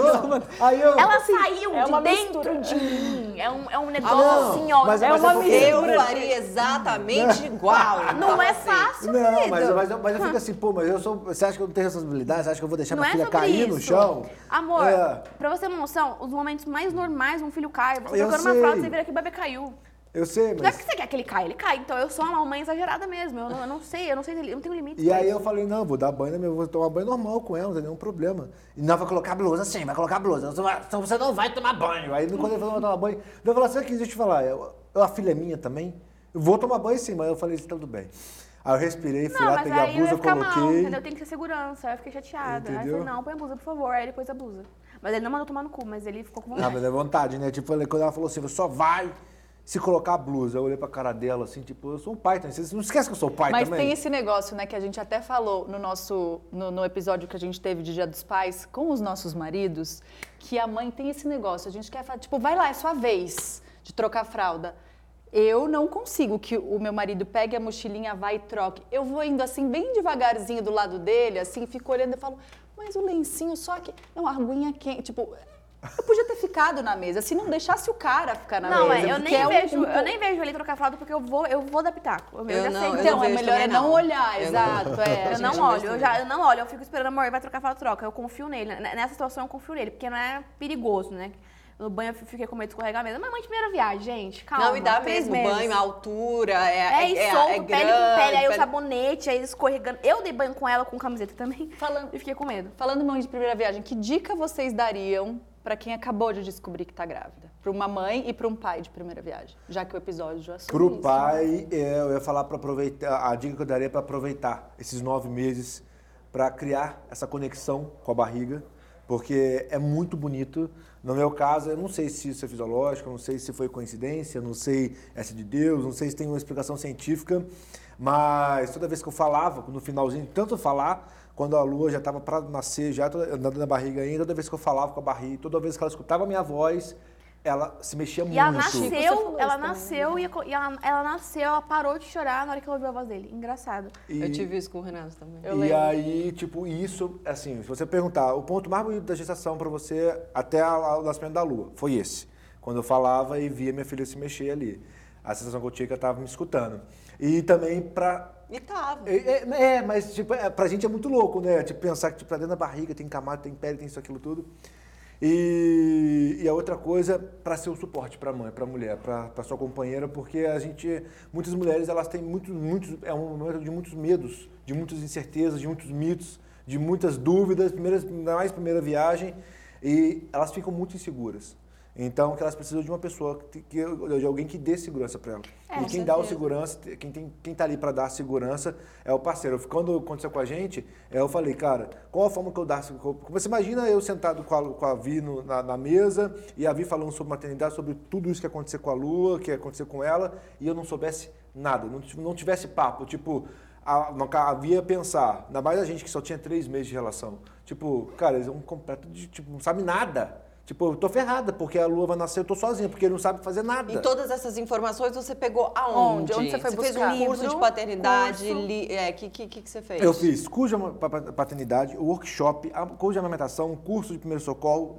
aí eu... Ela saiu é uma de dentro mistura. de mim. É um negócio não, assim, ó. mas- é mas uma é porque- mistura. Eu faria exatamente igual. Não é assim. fácil, Não, querido. mas eu fico assim, pô, mas você acha que eu não tenho responsabilidade? Você acha que eu vou deixar Não minha é filha sobre cair no isso. chão? Amor, É. pra você ter uma noção, os momentos mais normais um filho cai. Você Eu jogando uma sei. fralda, você vira que o bebê caiu. Eu sei, Não é mas... porque você quer que ele caia, ele cai. Então eu sou uma mãe exagerada mesmo. Eu não sei, eu não tenho limite. E aí eu falei, não, vou dar banho, eu vou tomar banho normal com ela, não tem nenhum problema. E não, vai colocar blusa sim, vai colocar blusa. Então você não vai tomar banho. Aí quando ele falou, tomar banho, eu falei assim, aqui, deixa eu te falar, a filha é minha também, eu vou tomar banho sim, mas eu falei, tá tudo bem. Aí eu respirei, fui Não, lá, mas peguei a aí eu blusa, ia ficar mal, coloquei. entendeu? Tem que ter segurança. Aí eu fiquei chateada. Aí eu Entendeu? falei, não, põe a blusa, por favor. Aí ele pôs a blusa. Mas ele não mandou tomar no cu, mas ele ficou com Ah, vontade. mas é vontade, né? Tipo, quando ela falou assim, você só vai. se colocar a blusa. Eu olhei pra cara dela, assim, tipo, eu sou um pai também. Vocês não esquecem que eu sou pai Mas também? tem esse negócio, né, que a gente até falou no episódio que a gente teve de Dia dos Pais com os nossos maridos, que a mãe tem esse negócio. A gente quer falar, tipo, vai lá, é sua vez de trocar a fralda. Eu não consigo que o meu marido pegue a mochilinha, vá e troque. Eu vou indo assim, bem devagarzinho do lado dele, assim, fico olhando e falo, mas o lencinho só que... Não, a aguinha quente, tipo... Eu podia ter ficado na mesa, se não deixasse o cara ficar na mesa. Eu nem vejo ele trocar fralda porque eu vou dar pitaco. Eu já sei. Então, é melhor não olhar, exato. Eu não olho, eu não olho, eu fico esperando, amor, vai trocar fralda, troca. Eu confio nele. Nessa situação eu confio nele, porque não é perigoso, né? No banho eu fiquei com medo de escorregar mesmo. Mas mãe de primeira viagem, gente, calma. Não, e dá 3 mesmo, meses. banho, a altura, solto, grande, pele com pele, aí o sabonete, aí escorregando. Eu dei banho com ela, com camiseta também, e fiquei com medo. Falando em mãe de primeira viagem, que dica vocês dariam para quem acabou de descobrir que tá grávida? Para uma mãe e para um pai de primeira viagem, já que o episódio já sobre Pro isso, pai, eu ia falar para aproveitar, a dica que eu daria é para aproveitar esses 9 meses para criar essa conexão com a barriga, porque é muito bonito. No meu caso, eu não sei se isso é fisiológico, eu não sei se foi coincidência, eu não sei se é de Deus, não sei se tem uma explicação científica, mas toda vez que eu falava, no finalzinho, tanto falar, quando a Lua já estava para nascer, já andando na barriga ainda, toda vez que eu falava com a barriga, toda vez que ela escutava a minha voz, ela se mexia muito. E ela nasceu, ela parou de chorar na hora que ela ouviu a voz dele. Engraçado. Eu tive isso com o Renato também. Aí, tipo, isso, assim, se você perguntar, o ponto mais bonito da gestação para você, até o nascimento da Lua, foi esse. Quando eu falava e via minha filha se mexer ali. A sensação que eu tinha que ela estava me escutando. E também pra... E tava. Mas tipo, pra gente é muito louco, né? Tipo, pensar que tipo, pra dentro da barriga tem camada, tem pele, tem isso, aquilo tudo. E a outra coisa, para ser o suporte para a mãe, para a mulher, para sua companheira, porque muitas mulheres, elas têm é um momento de muitos medos, de muitas incertezas, de muitos mitos, de muitas dúvidas, ainda mais primeira viagem, e elas ficam muito inseguras. Então, que elas precisam de uma pessoa, de alguém que dê segurança para elas. E quem dá o segurança, quem tá ali para dar segurança é o parceiro. Quando aconteceu com a gente, eu falei, cara, qual a forma que eu dar segurança? Você imagina eu sentado com a Vi na mesa e a Vi falando sobre maternidade, sobre tudo isso que aconteceu com a Lua, que aconteceu com ela, e eu não soubesse nada, não tivesse papo. Tipo, a Vi ia pensar, ainda mais a gente que só tinha 3 meses de relação. Tipo, cara, eles são um completo de, tipo, não sabe nada. Tipo, eu tô ferrada, porque a Lua vai nascer, eu tô sozinha, porque ele não sabe fazer nada. E todas essas informações você pegou aonde? Onde você foi buscar? Você fez um curso de paternidade? Que você fez? Eu fiz curso de paternidade, workshop, curso de amamentação, curso de primeiro socorro,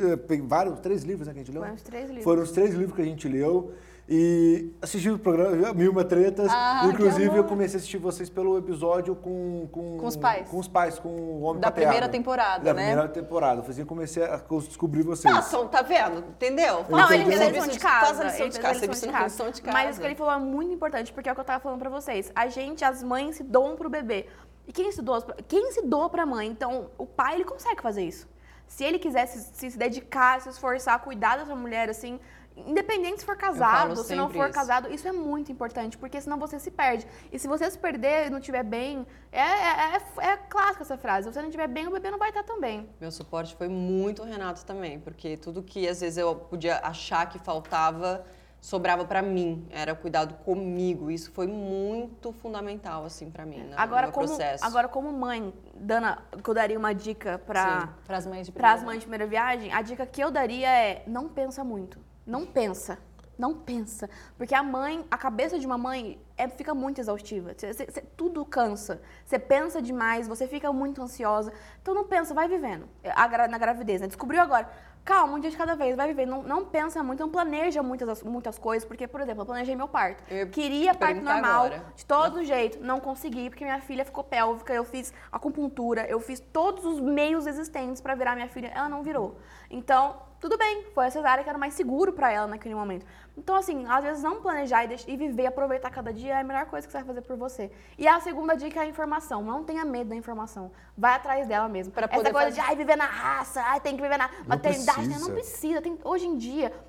3 livros, né, que a gente leu? Foram os 3 livros. Foram os 3 livros que a gente leu. E assisti o programa, 1001 Tretas. Inclusive, eu comecei a assistir vocês pelo episódio com os pais. Com os pais, com o homem da paterno. Primeira temporada, da né? Primeira temporada. Eu comecei a descobrir vocês. Tá vendo? Entendeu? Não, ele fez a lição de casa. Faz a lição de casa. Você precisa de lição de casa. Mas isso que ele falou é muito importante, porque é o que eu tava falando pra vocês. As mães se doam pro bebê. E quem se doa pra mãe? Então, o pai, ele consegue fazer isso. Se ele quiser se dedicar, se esforçar, cuidar dessa mulher, assim... Independente se for casado, se não for casado, isso é muito importante, porque senão você se perde. E se você se perder e não estiver bem, é clássica essa frase, se você não estiver bem, o bebê não vai estar também. Meu suporte foi muito o Renato também, porque tudo que às vezes eu podia achar que faltava, sobrava pra mim, era cuidado comigo. Isso foi muito fundamental, assim, pra mim, no meu processo. Agora, como mãe, Dana, que eu daria uma dica para as mães de primeira viagem, a dica que eu daria é, não pensa muito. Não pensa. Porque a cabeça de uma mãe fica muito exaustiva. Tudo cansa. Você pensa demais, você fica muito ansiosa. Então não pensa, vai vivendo. Na gravidez, né? Descobriu agora. Calma, um dia de cada vez, vai viver. Não pensa muito, não planeja muitas coisas. Porque, por exemplo, eu planejei meu parto. Queria parto normal, de todo jeito. Não consegui, porque minha filha ficou pélvica. Eu fiz acupuntura, eu fiz todos os meios existentes para virar minha filha. Ela não virou. Então... Tudo bem, foi a cesárea que era mais seguro pra ela naquele momento. Então, assim, às vezes não planejar e viver, aproveitar cada dia é a melhor coisa que você vai fazer por você. E a segunda dica é a informação. Não tenha medo da informação. Vai atrás dela mesmo. Essa coisa de viver na raça, tem que viver na maternidade. Não precisa. Hoje em dia,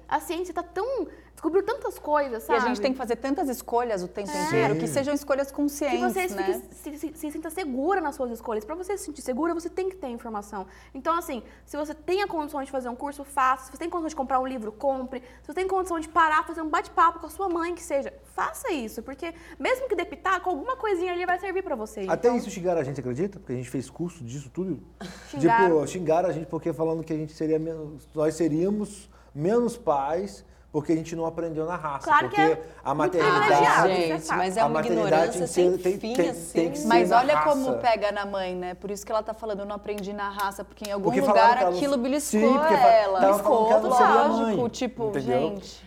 a ciência descobriu tantas coisas, sabe? E a gente tem que fazer tantas escolhas o tempo inteiro, que sejam escolhas Que conscientes, você né? se sinta segura nas suas escolhas. Para você se sentir segura, você tem que ter informação. Então, assim, se você tem a condição de fazer um curso, faça. Se você tem condição de comprar um livro, compre. Se você tem condição de parar, fazer um bate-papo com a sua mãe, que seja, faça isso. Porque mesmo que dê pitaco, alguma coisinha ali vai servir para você. Até então, isso xingaram a gente, acredita? Porque a gente fez curso disso tudo. Xingaram. Tipo, xingaram a gente porque falando que nós seríamos menos pais porque a gente não aprendeu na raça. Claro porque que é a muito maternidade... privilegiado. Gente, mas é a uma maternidade ignorância tem que sem ser- fim, tem assim. que ser Mas na olha raça. como pega na mãe, né? Por isso que ela tá falando, eu não aprendi na raça, porque em algum Porque falaram lugar que ela não- aquilo beliscou Sim, porque ela. tava falando que ela não seria lógico, mãe, tipo, entendeu? gente...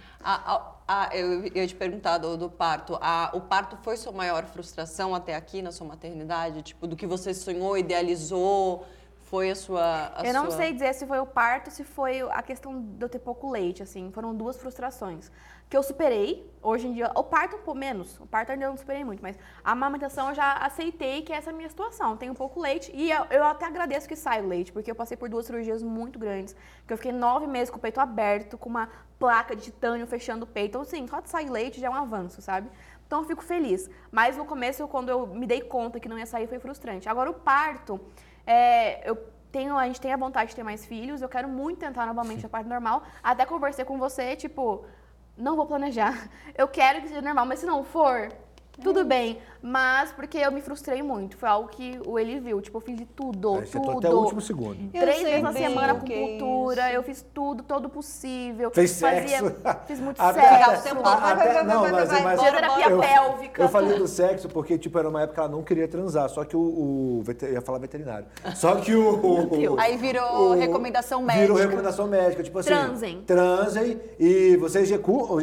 Eu ia te perguntar do parto. O parto foi sua maior frustração até aqui na sua maternidade? Tipo, do que você sonhou, idealizou? Foi a sua... Eu não sei dizer se foi o parto, se foi a questão de eu ter pouco leite, assim. Foram duas frustrações. Que eu superei, hoje em dia... O parto, um pouco menos. O parto ainda eu não superei muito, mas a amamentação eu já aceitei que essa é a minha situação. Tenho pouco leite e eu até agradeço que sai o leite, porque eu passei por 2 cirurgias muito grandes, que eu fiquei 9 meses com o peito aberto, com uma placa de titânio fechando o peito. Então, assim, só de sair leite já é um avanço, sabe? Então, eu fico feliz. Mas no começo, quando eu me dei conta que não ia sair, foi frustrante. Agora, o parto... a gente tem a vontade de ter mais filhos, eu quero muito tentar novamente a parto normal. Até conversei com você, tipo, não vou planejar. Eu quero que seja normal, mas se não for, tudo bem. Mas porque eu me frustrei muito. Foi algo que o Eli viu. Tipo, eu fiz de tudo, Aí você tô tudo. até o último segundo. 3 sei vezes na bem semana o com que é cultura, isso. eu fiz tudo, todo possível. Fez sexo. Fiz muito Até- sexo. tempo todo. Não, mas Fisioterapia pélvica. eu falei do sexo porque, tipo, era uma época que ela não queria transar. Só que eu ia falar veterinário. Só que Aí virou recomendação médica. Virou recomendação médica. Tipo assim, Transem. Transem e você ejacula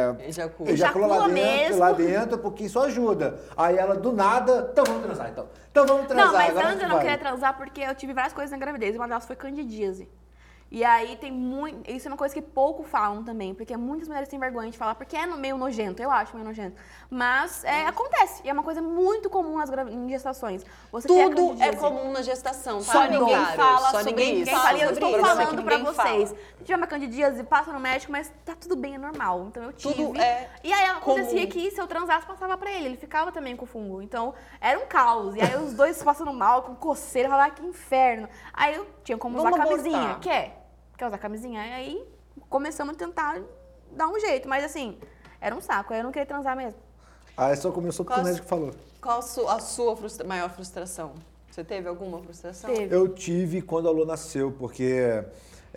Ejacula mesmo. lá dentro, porque isso ajuda. Aí ela, do nada, então vamos transar, então. Então vamos transar. Não, mas agora antes que eu não vai. queria transar porque eu tive várias coisas na gravidez. Uma delas foi candidíase. E aí tem muito... Isso é uma coisa que pouco falam também, porque muitas mulheres têm vergonha de falar, porque é meio nojento, eu acho meio nojento. Mas acontece, e é uma coisa muito comum em gestações. Você ter a Tudo é candidíase. comum na gestação, tá? Só ninguém Claro, fala só sobre ninguém isso. fala Eu sobre estou isso. falando pra ninguém vocês. fala. Se tiver uma candidíase, passa no médico, mas tá tudo bem, é normal. Então eu tive. Tudo é e aí acontecia comum. que se eu transasse, passava pra ele. Ele ficava também com o fungo. Então era um caos. E aí os dois se passando mal, com coceira, eu falava, que inferno. Aí eu tinha como usar Vamos camisinha. abortar. Quer usar camisinha? Aí começamos a tentar dar um jeito. Mas assim, era um saco. Aí eu não queria transar mesmo. Aí só começou porque o Qual- médico falou. Qual a sua maior frustração? Você teve alguma frustração? Teve. Eu tive quando a Lô nasceu, porque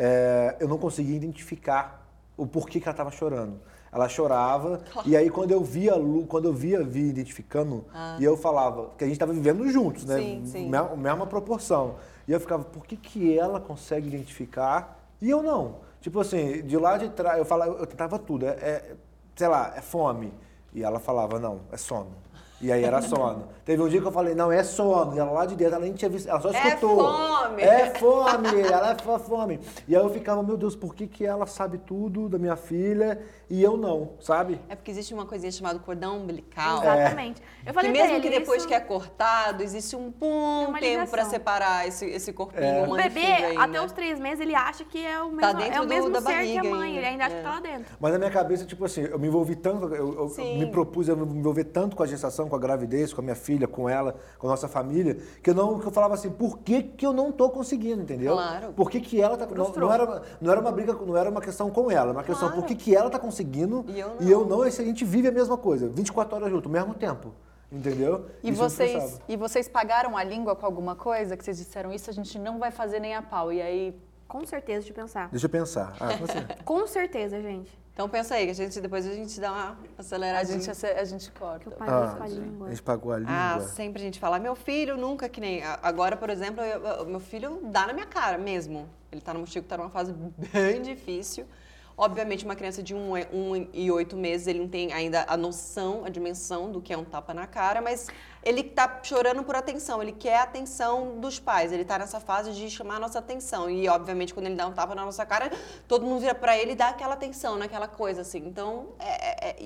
eu não conseguia identificar o porquê que ela estava chorando. Ela chorava, e aí quando eu via a Lu, quando eu via identificando, e eu falava, que a gente estava vivendo juntos, né? Sim, sim. Mesma proporção. E eu ficava, por que ela consegue identificar e eu não? Tipo assim, de lá de trás, eu tentava tudo, sei lá, é fome. E ela falava, não, é sono. E aí era sono. Teve um dia que eu falei, não, é sono. E ela lá de dentro, ela nem tinha visto, ela só escutou. fome. É fome, ela é fome. E aí eu ficava, meu Deus, por que ela sabe tudo da minha filha e eu não, sabe? É porque existe uma coisinha chamada cordão umbilical. Exatamente. Eu Que falei pra mesmo ele, que depois isso... que é cortado, existe um bom uma tempo ligação. pra separar esse corpinho, O mãe e bebê, filho ainda. até os 3 meses, ele acha que é o mesmo, Tá dentro é o mesmo da ser que a barriga mãe. ainda. Ele ainda acha É. que tá lá dentro. Mas na minha cabeça, tipo assim, eu me envolvi tanto, eu Sim. me propus a me envolver tanto com a gestação, com a gravidez, com a minha filha, com ela, com a nossa família, que eu falava assim, por que eu não tô conseguindo, entendeu? Claro. Por que ela tá... Não era uma briga, não era uma questão com ela, era uma questão, Claro. por que ela tá conseguindo E eu não, e a gente vive a mesma coisa, 24 horas junto, ao mesmo tempo, entendeu? E Isso me vocês, frustrava. e vocês pagaram a língua com alguma coisa? Que vocês disseram, isso a gente não vai fazer nem a pau. E aí, Com certeza, de pensar. Deixa eu pensar. Você. Com certeza, gente. Então pensa aí, que depois a gente dá uma aceleradinha. a gente corta. Que eu paguei com a língua. A gente pagou a língua. Ah, sempre a gente fala, meu filho nunca que nem... Agora, por exemplo, meu filho dá na minha cara mesmo. Ele tá no Chico, tá numa fase bem difícil. Obviamente, uma criança de 1 e 8 meses, ele não tem ainda a noção, a dimensão do que é um tapa na cara, mas ele tá chorando por atenção, ele quer a atenção dos pais, ele tá nessa fase de chamar a nossa atenção. E, obviamente, quando ele dá um tapa na nossa cara, todo mundo vira pra ele e dá aquela atenção, naquela coisa, assim. Então,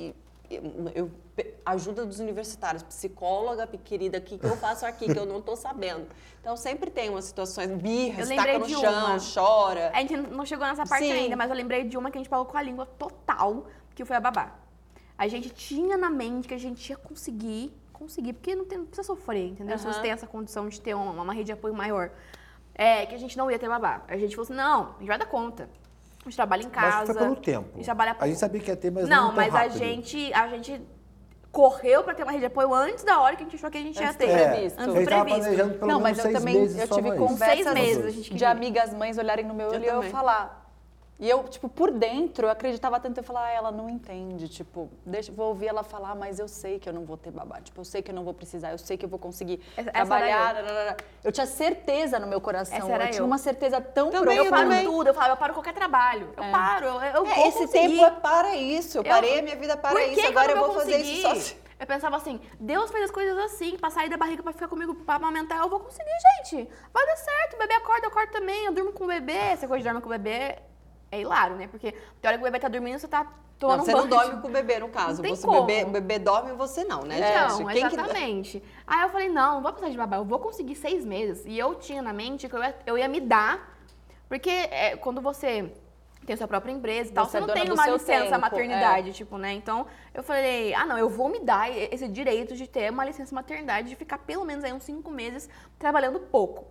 ajuda dos universitários, psicóloga querida, o que eu faço aqui que eu não tô sabendo. Então sempre tem umas situações, birra, estaca no chão, chora. A gente não chegou nessa parte ainda, mas eu lembrei de uma que a gente falou com a língua total, que foi a babá. A gente tinha na mente que a gente ia conseguir, porque não precisa sofrer, entendeu? Se você tem essa condição de ter uma rede de apoio maior. Que a gente não ia ter babá. A gente falou assim, não, a gente vai dar conta. A gente trabalha em casa. Mas foi pelo tempo. A gente trabalha A gente sabia que ia ter, mas não tão mas rápido. a gente correu pra ter uma rede de apoio antes da hora que a gente achou que a gente ia ter. previsto. Antes A do gente tava previsto. planejando pelo Não, menos mas eu 6 também meses só tive mais. conversas 6 meses a gente de queria. amigas mães olharem no meu olho e eu também. falar. E eu, tipo, por dentro, eu acreditava tanto, eu falava, ela não entende, tipo, vou ouvir ela falar, mas eu sei que eu não vou ter babá, tipo, eu sei que eu não vou precisar, eu sei que eu vou conseguir trabalhar. Eu tinha certeza no meu coração, eu tinha uma certeza tão Também, profunda. Eu paro tudo, eu paro qualquer trabalho. Eu paro, eu vou Esse conseguir. tempo é para isso. Eu parei a minha vida para isso. Agora eu vou fazer isso sozinho. Eu pensava assim, Deus fez as coisas assim, pra sair da barriga pra ficar comigo, pra amamentar, eu vou conseguir, gente. Vai dar certo, o bebê acorda, eu acordo também, eu durmo com o bebê. Essa coisa de dormir com o bebê é hilário, né? Porque na hora que o bebê tá dormindo, você tá tomando Você banho. não dorme com o bebê, no caso. Não tem Você, como. o bebê dorme e você não, né, Então, gente? Quem exatamente. Aí eu falei, não vou precisar de babá, eu vou conseguir 6 meses. E eu tinha na mente que eu ia me dar, porque quando você tem a sua própria empresa e tal, Você você é não dona tem do uma seu licença tempo, maternidade, tipo, né? Então, eu falei, não, eu vou me dar esse direito de ter uma licença maternidade, de ficar pelo menos aí uns 5 meses trabalhando pouco.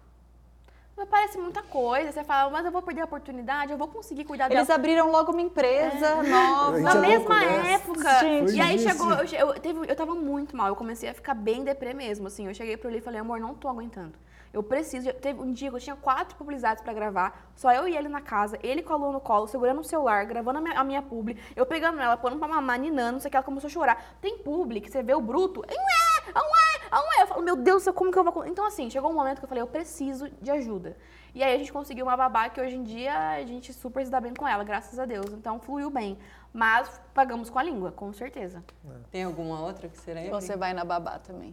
Mas parece muita coisa, você fala, mas eu vou perder a oportunidade, eu vou conseguir cuidar dela. Eles abriram logo uma empresa nova. A gente Na é mesma louco, né? época. Gente. E aí Foi chegou, eu tava muito mal, eu comecei a ficar bem deprê mesmo, assim. Eu cheguei pra ele e falei, amor, não tô aguentando. Eu preciso. Teve um dia que eu tinha 4 publicidades pra gravar, só eu e ele na casa, ele com a Lua no colo, segurando o celular, gravando a minha publi, eu pegando ela, pondo pra mamar, ninando, não sei o que, ela começou a chorar. Tem publi que você vê o bruto, eu falo, meu Deus do céu, como que eu vou... Então, assim, chegou um momento que eu falei, eu preciso de ajuda. E aí a gente conseguiu uma babá que hoje em dia a gente super se dá bem com ela, graças a Deus. Então, fluiu bem. Mas pagamos com a língua, com certeza. Tem alguma outra que será? Você vai na babá também.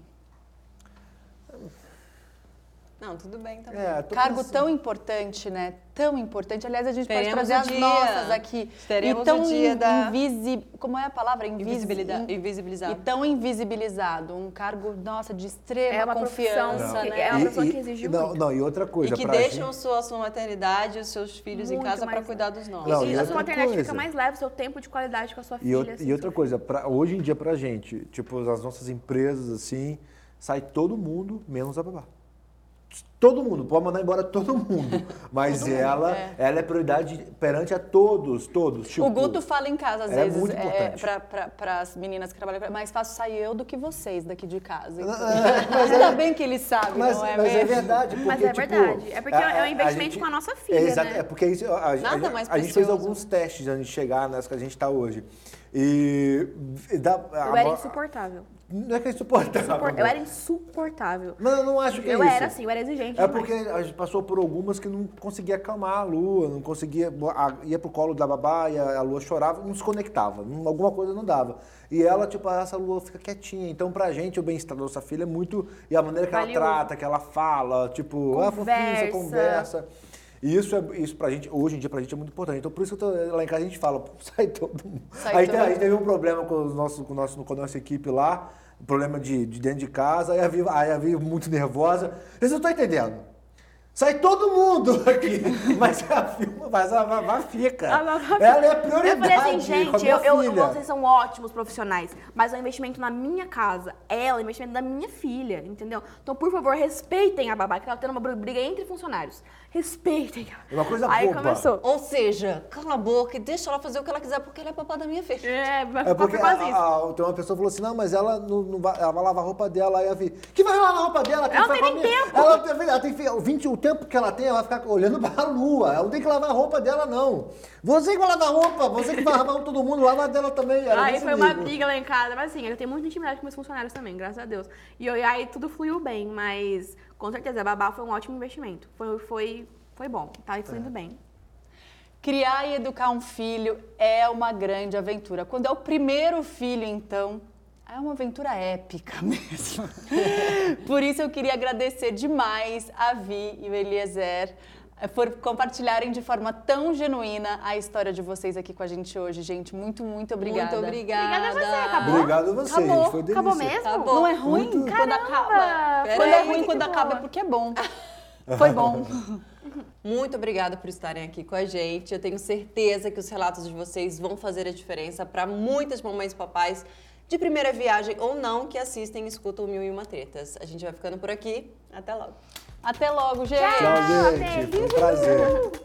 Não, tudo bem também. Cargo tão importante, né? Tão importante. Aliás, a gente pode Teremos trazer o as dia. nossas aqui. Teremos e tão o dia da... Como é a palavra? Invisibilizado. E tão invisibilizado. Um cargo, nossa, de extrema É uma confiança, profissão que né? é uma pessoa que exige muito. Não, e outra coisa E que pra deixam gente... sua maternidade e os seus filhos em Muito casa para mais cuidar dos nossos. Não, E e a outra sua maternidade coisa. fica mais leve, o seu tempo de qualidade com a sua filha. assim, E outra coisa, hoje em dia pra gente, tipo, as nossas empresas, assim, sai todo mundo, menos a babá. Todo mundo, pode mandar embora todo mundo. Mas ela é prioridade perante a todos. Tipo, O Guto fala em casa, às é vezes, muito importante. para as meninas que trabalham com ele, mais fácil sair eu do que vocês daqui de casa. Então. Mas Ainda bem que ele sabe, Mas, não é mas mesmo? é verdade. Porque, Mas é tipo, verdade. É porque é um investimento com a nossa filha, exato, né? É porque isso, Nada mais a gente fez precioso. alguns testes antes de chegar nessa que a gente está hoje. E Eu era insuportável. Não é que é insuportável. Eu era insuportável. Não, eu não acho que é Eu isso. era assim, eu era exigente É demais. porque a gente passou por algumas que não conseguia acalmar a Lua, não conseguia, ia pro colo da babá e a Lua chorava, não se conectava, alguma coisa não dava. E ela, tipo, essa Lua fica quietinha. Então, pra gente, o bem-estar da nossa filha é muito... E a maneira que Valioso. ela trata, que ela fala, tipo, fofinha, conversa. E isso pra gente, hoje em dia, pra gente é muito importante. Então, por isso que lá em casa a gente fala, sai todo mundo. A gente teve um problema com a nossa equipe lá, problema de dentro de casa, aí a Vi muito nervosa. Vocês não estão entendendo. Sai todo mundo aqui, mas a Vá fica. Ela é a prioridade. Eu falei assim, gente, com a minha filha. vocês são ótimos profissionais, mas é um investimento na minha casa, é um investimento da minha filha, entendeu? Então, por favor, respeitem a babá, que ela tá tendo uma briga entre funcionários. Respeitem. É uma coisa Aí boba. começou. Ou seja, cala a boca e deixa ela fazer o que ela quiser, porque ela é papá da minha filha. Vai É ficar porque quase isso. tem uma pessoa que falou assim, não, mas ela não vai, ela vai lavar a roupa dela. Aí a Vi, que vai lavar a roupa dela? Ela não tem nem tempo. Ela tem o tempo que ela tem, ela vai ficar olhando pra lua. Ela não tem que lavar a roupa dela, não. Você que vai lavar a roupa, você que vai lavar todo mundo, lava a dela também. Aí foi uma briga lá em casa, mas assim, eu tenho muita intimidade com meus funcionários também, graças a Deus. E aí tudo fluiu bem, mas com certeza a babá foi um ótimo investimento. Foi bom, tá fluindo bem. Criar e educar um filho é uma grande aventura. Quando é o primeiro filho, então, é uma aventura épica mesmo. Por isso eu queria agradecer demais a Vi e o Eliezer por compartilharem de forma tão genuína a história de vocês aqui com a gente hoje, gente. Muito, muito obrigada. Muito obrigada. Obrigada a você, acabou? Obrigado a você, gente. Foi delícia. Acabou mesmo? Acabou. Não é ruim Muito. quando acaba? Pera Quando é aí. ruim quando Que acaba é boa. porque é bom. Foi bom. Muito obrigada por estarem aqui com a gente. Eu tenho certeza que os relatos de vocês vão fazer a diferença para muitas mamães e papais de primeira viagem ou não que assistem e escutam 1001 Tretas. A gente vai ficando por aqui. Até logo. Até logo, gente. Tchau, gente. Foi um prazer.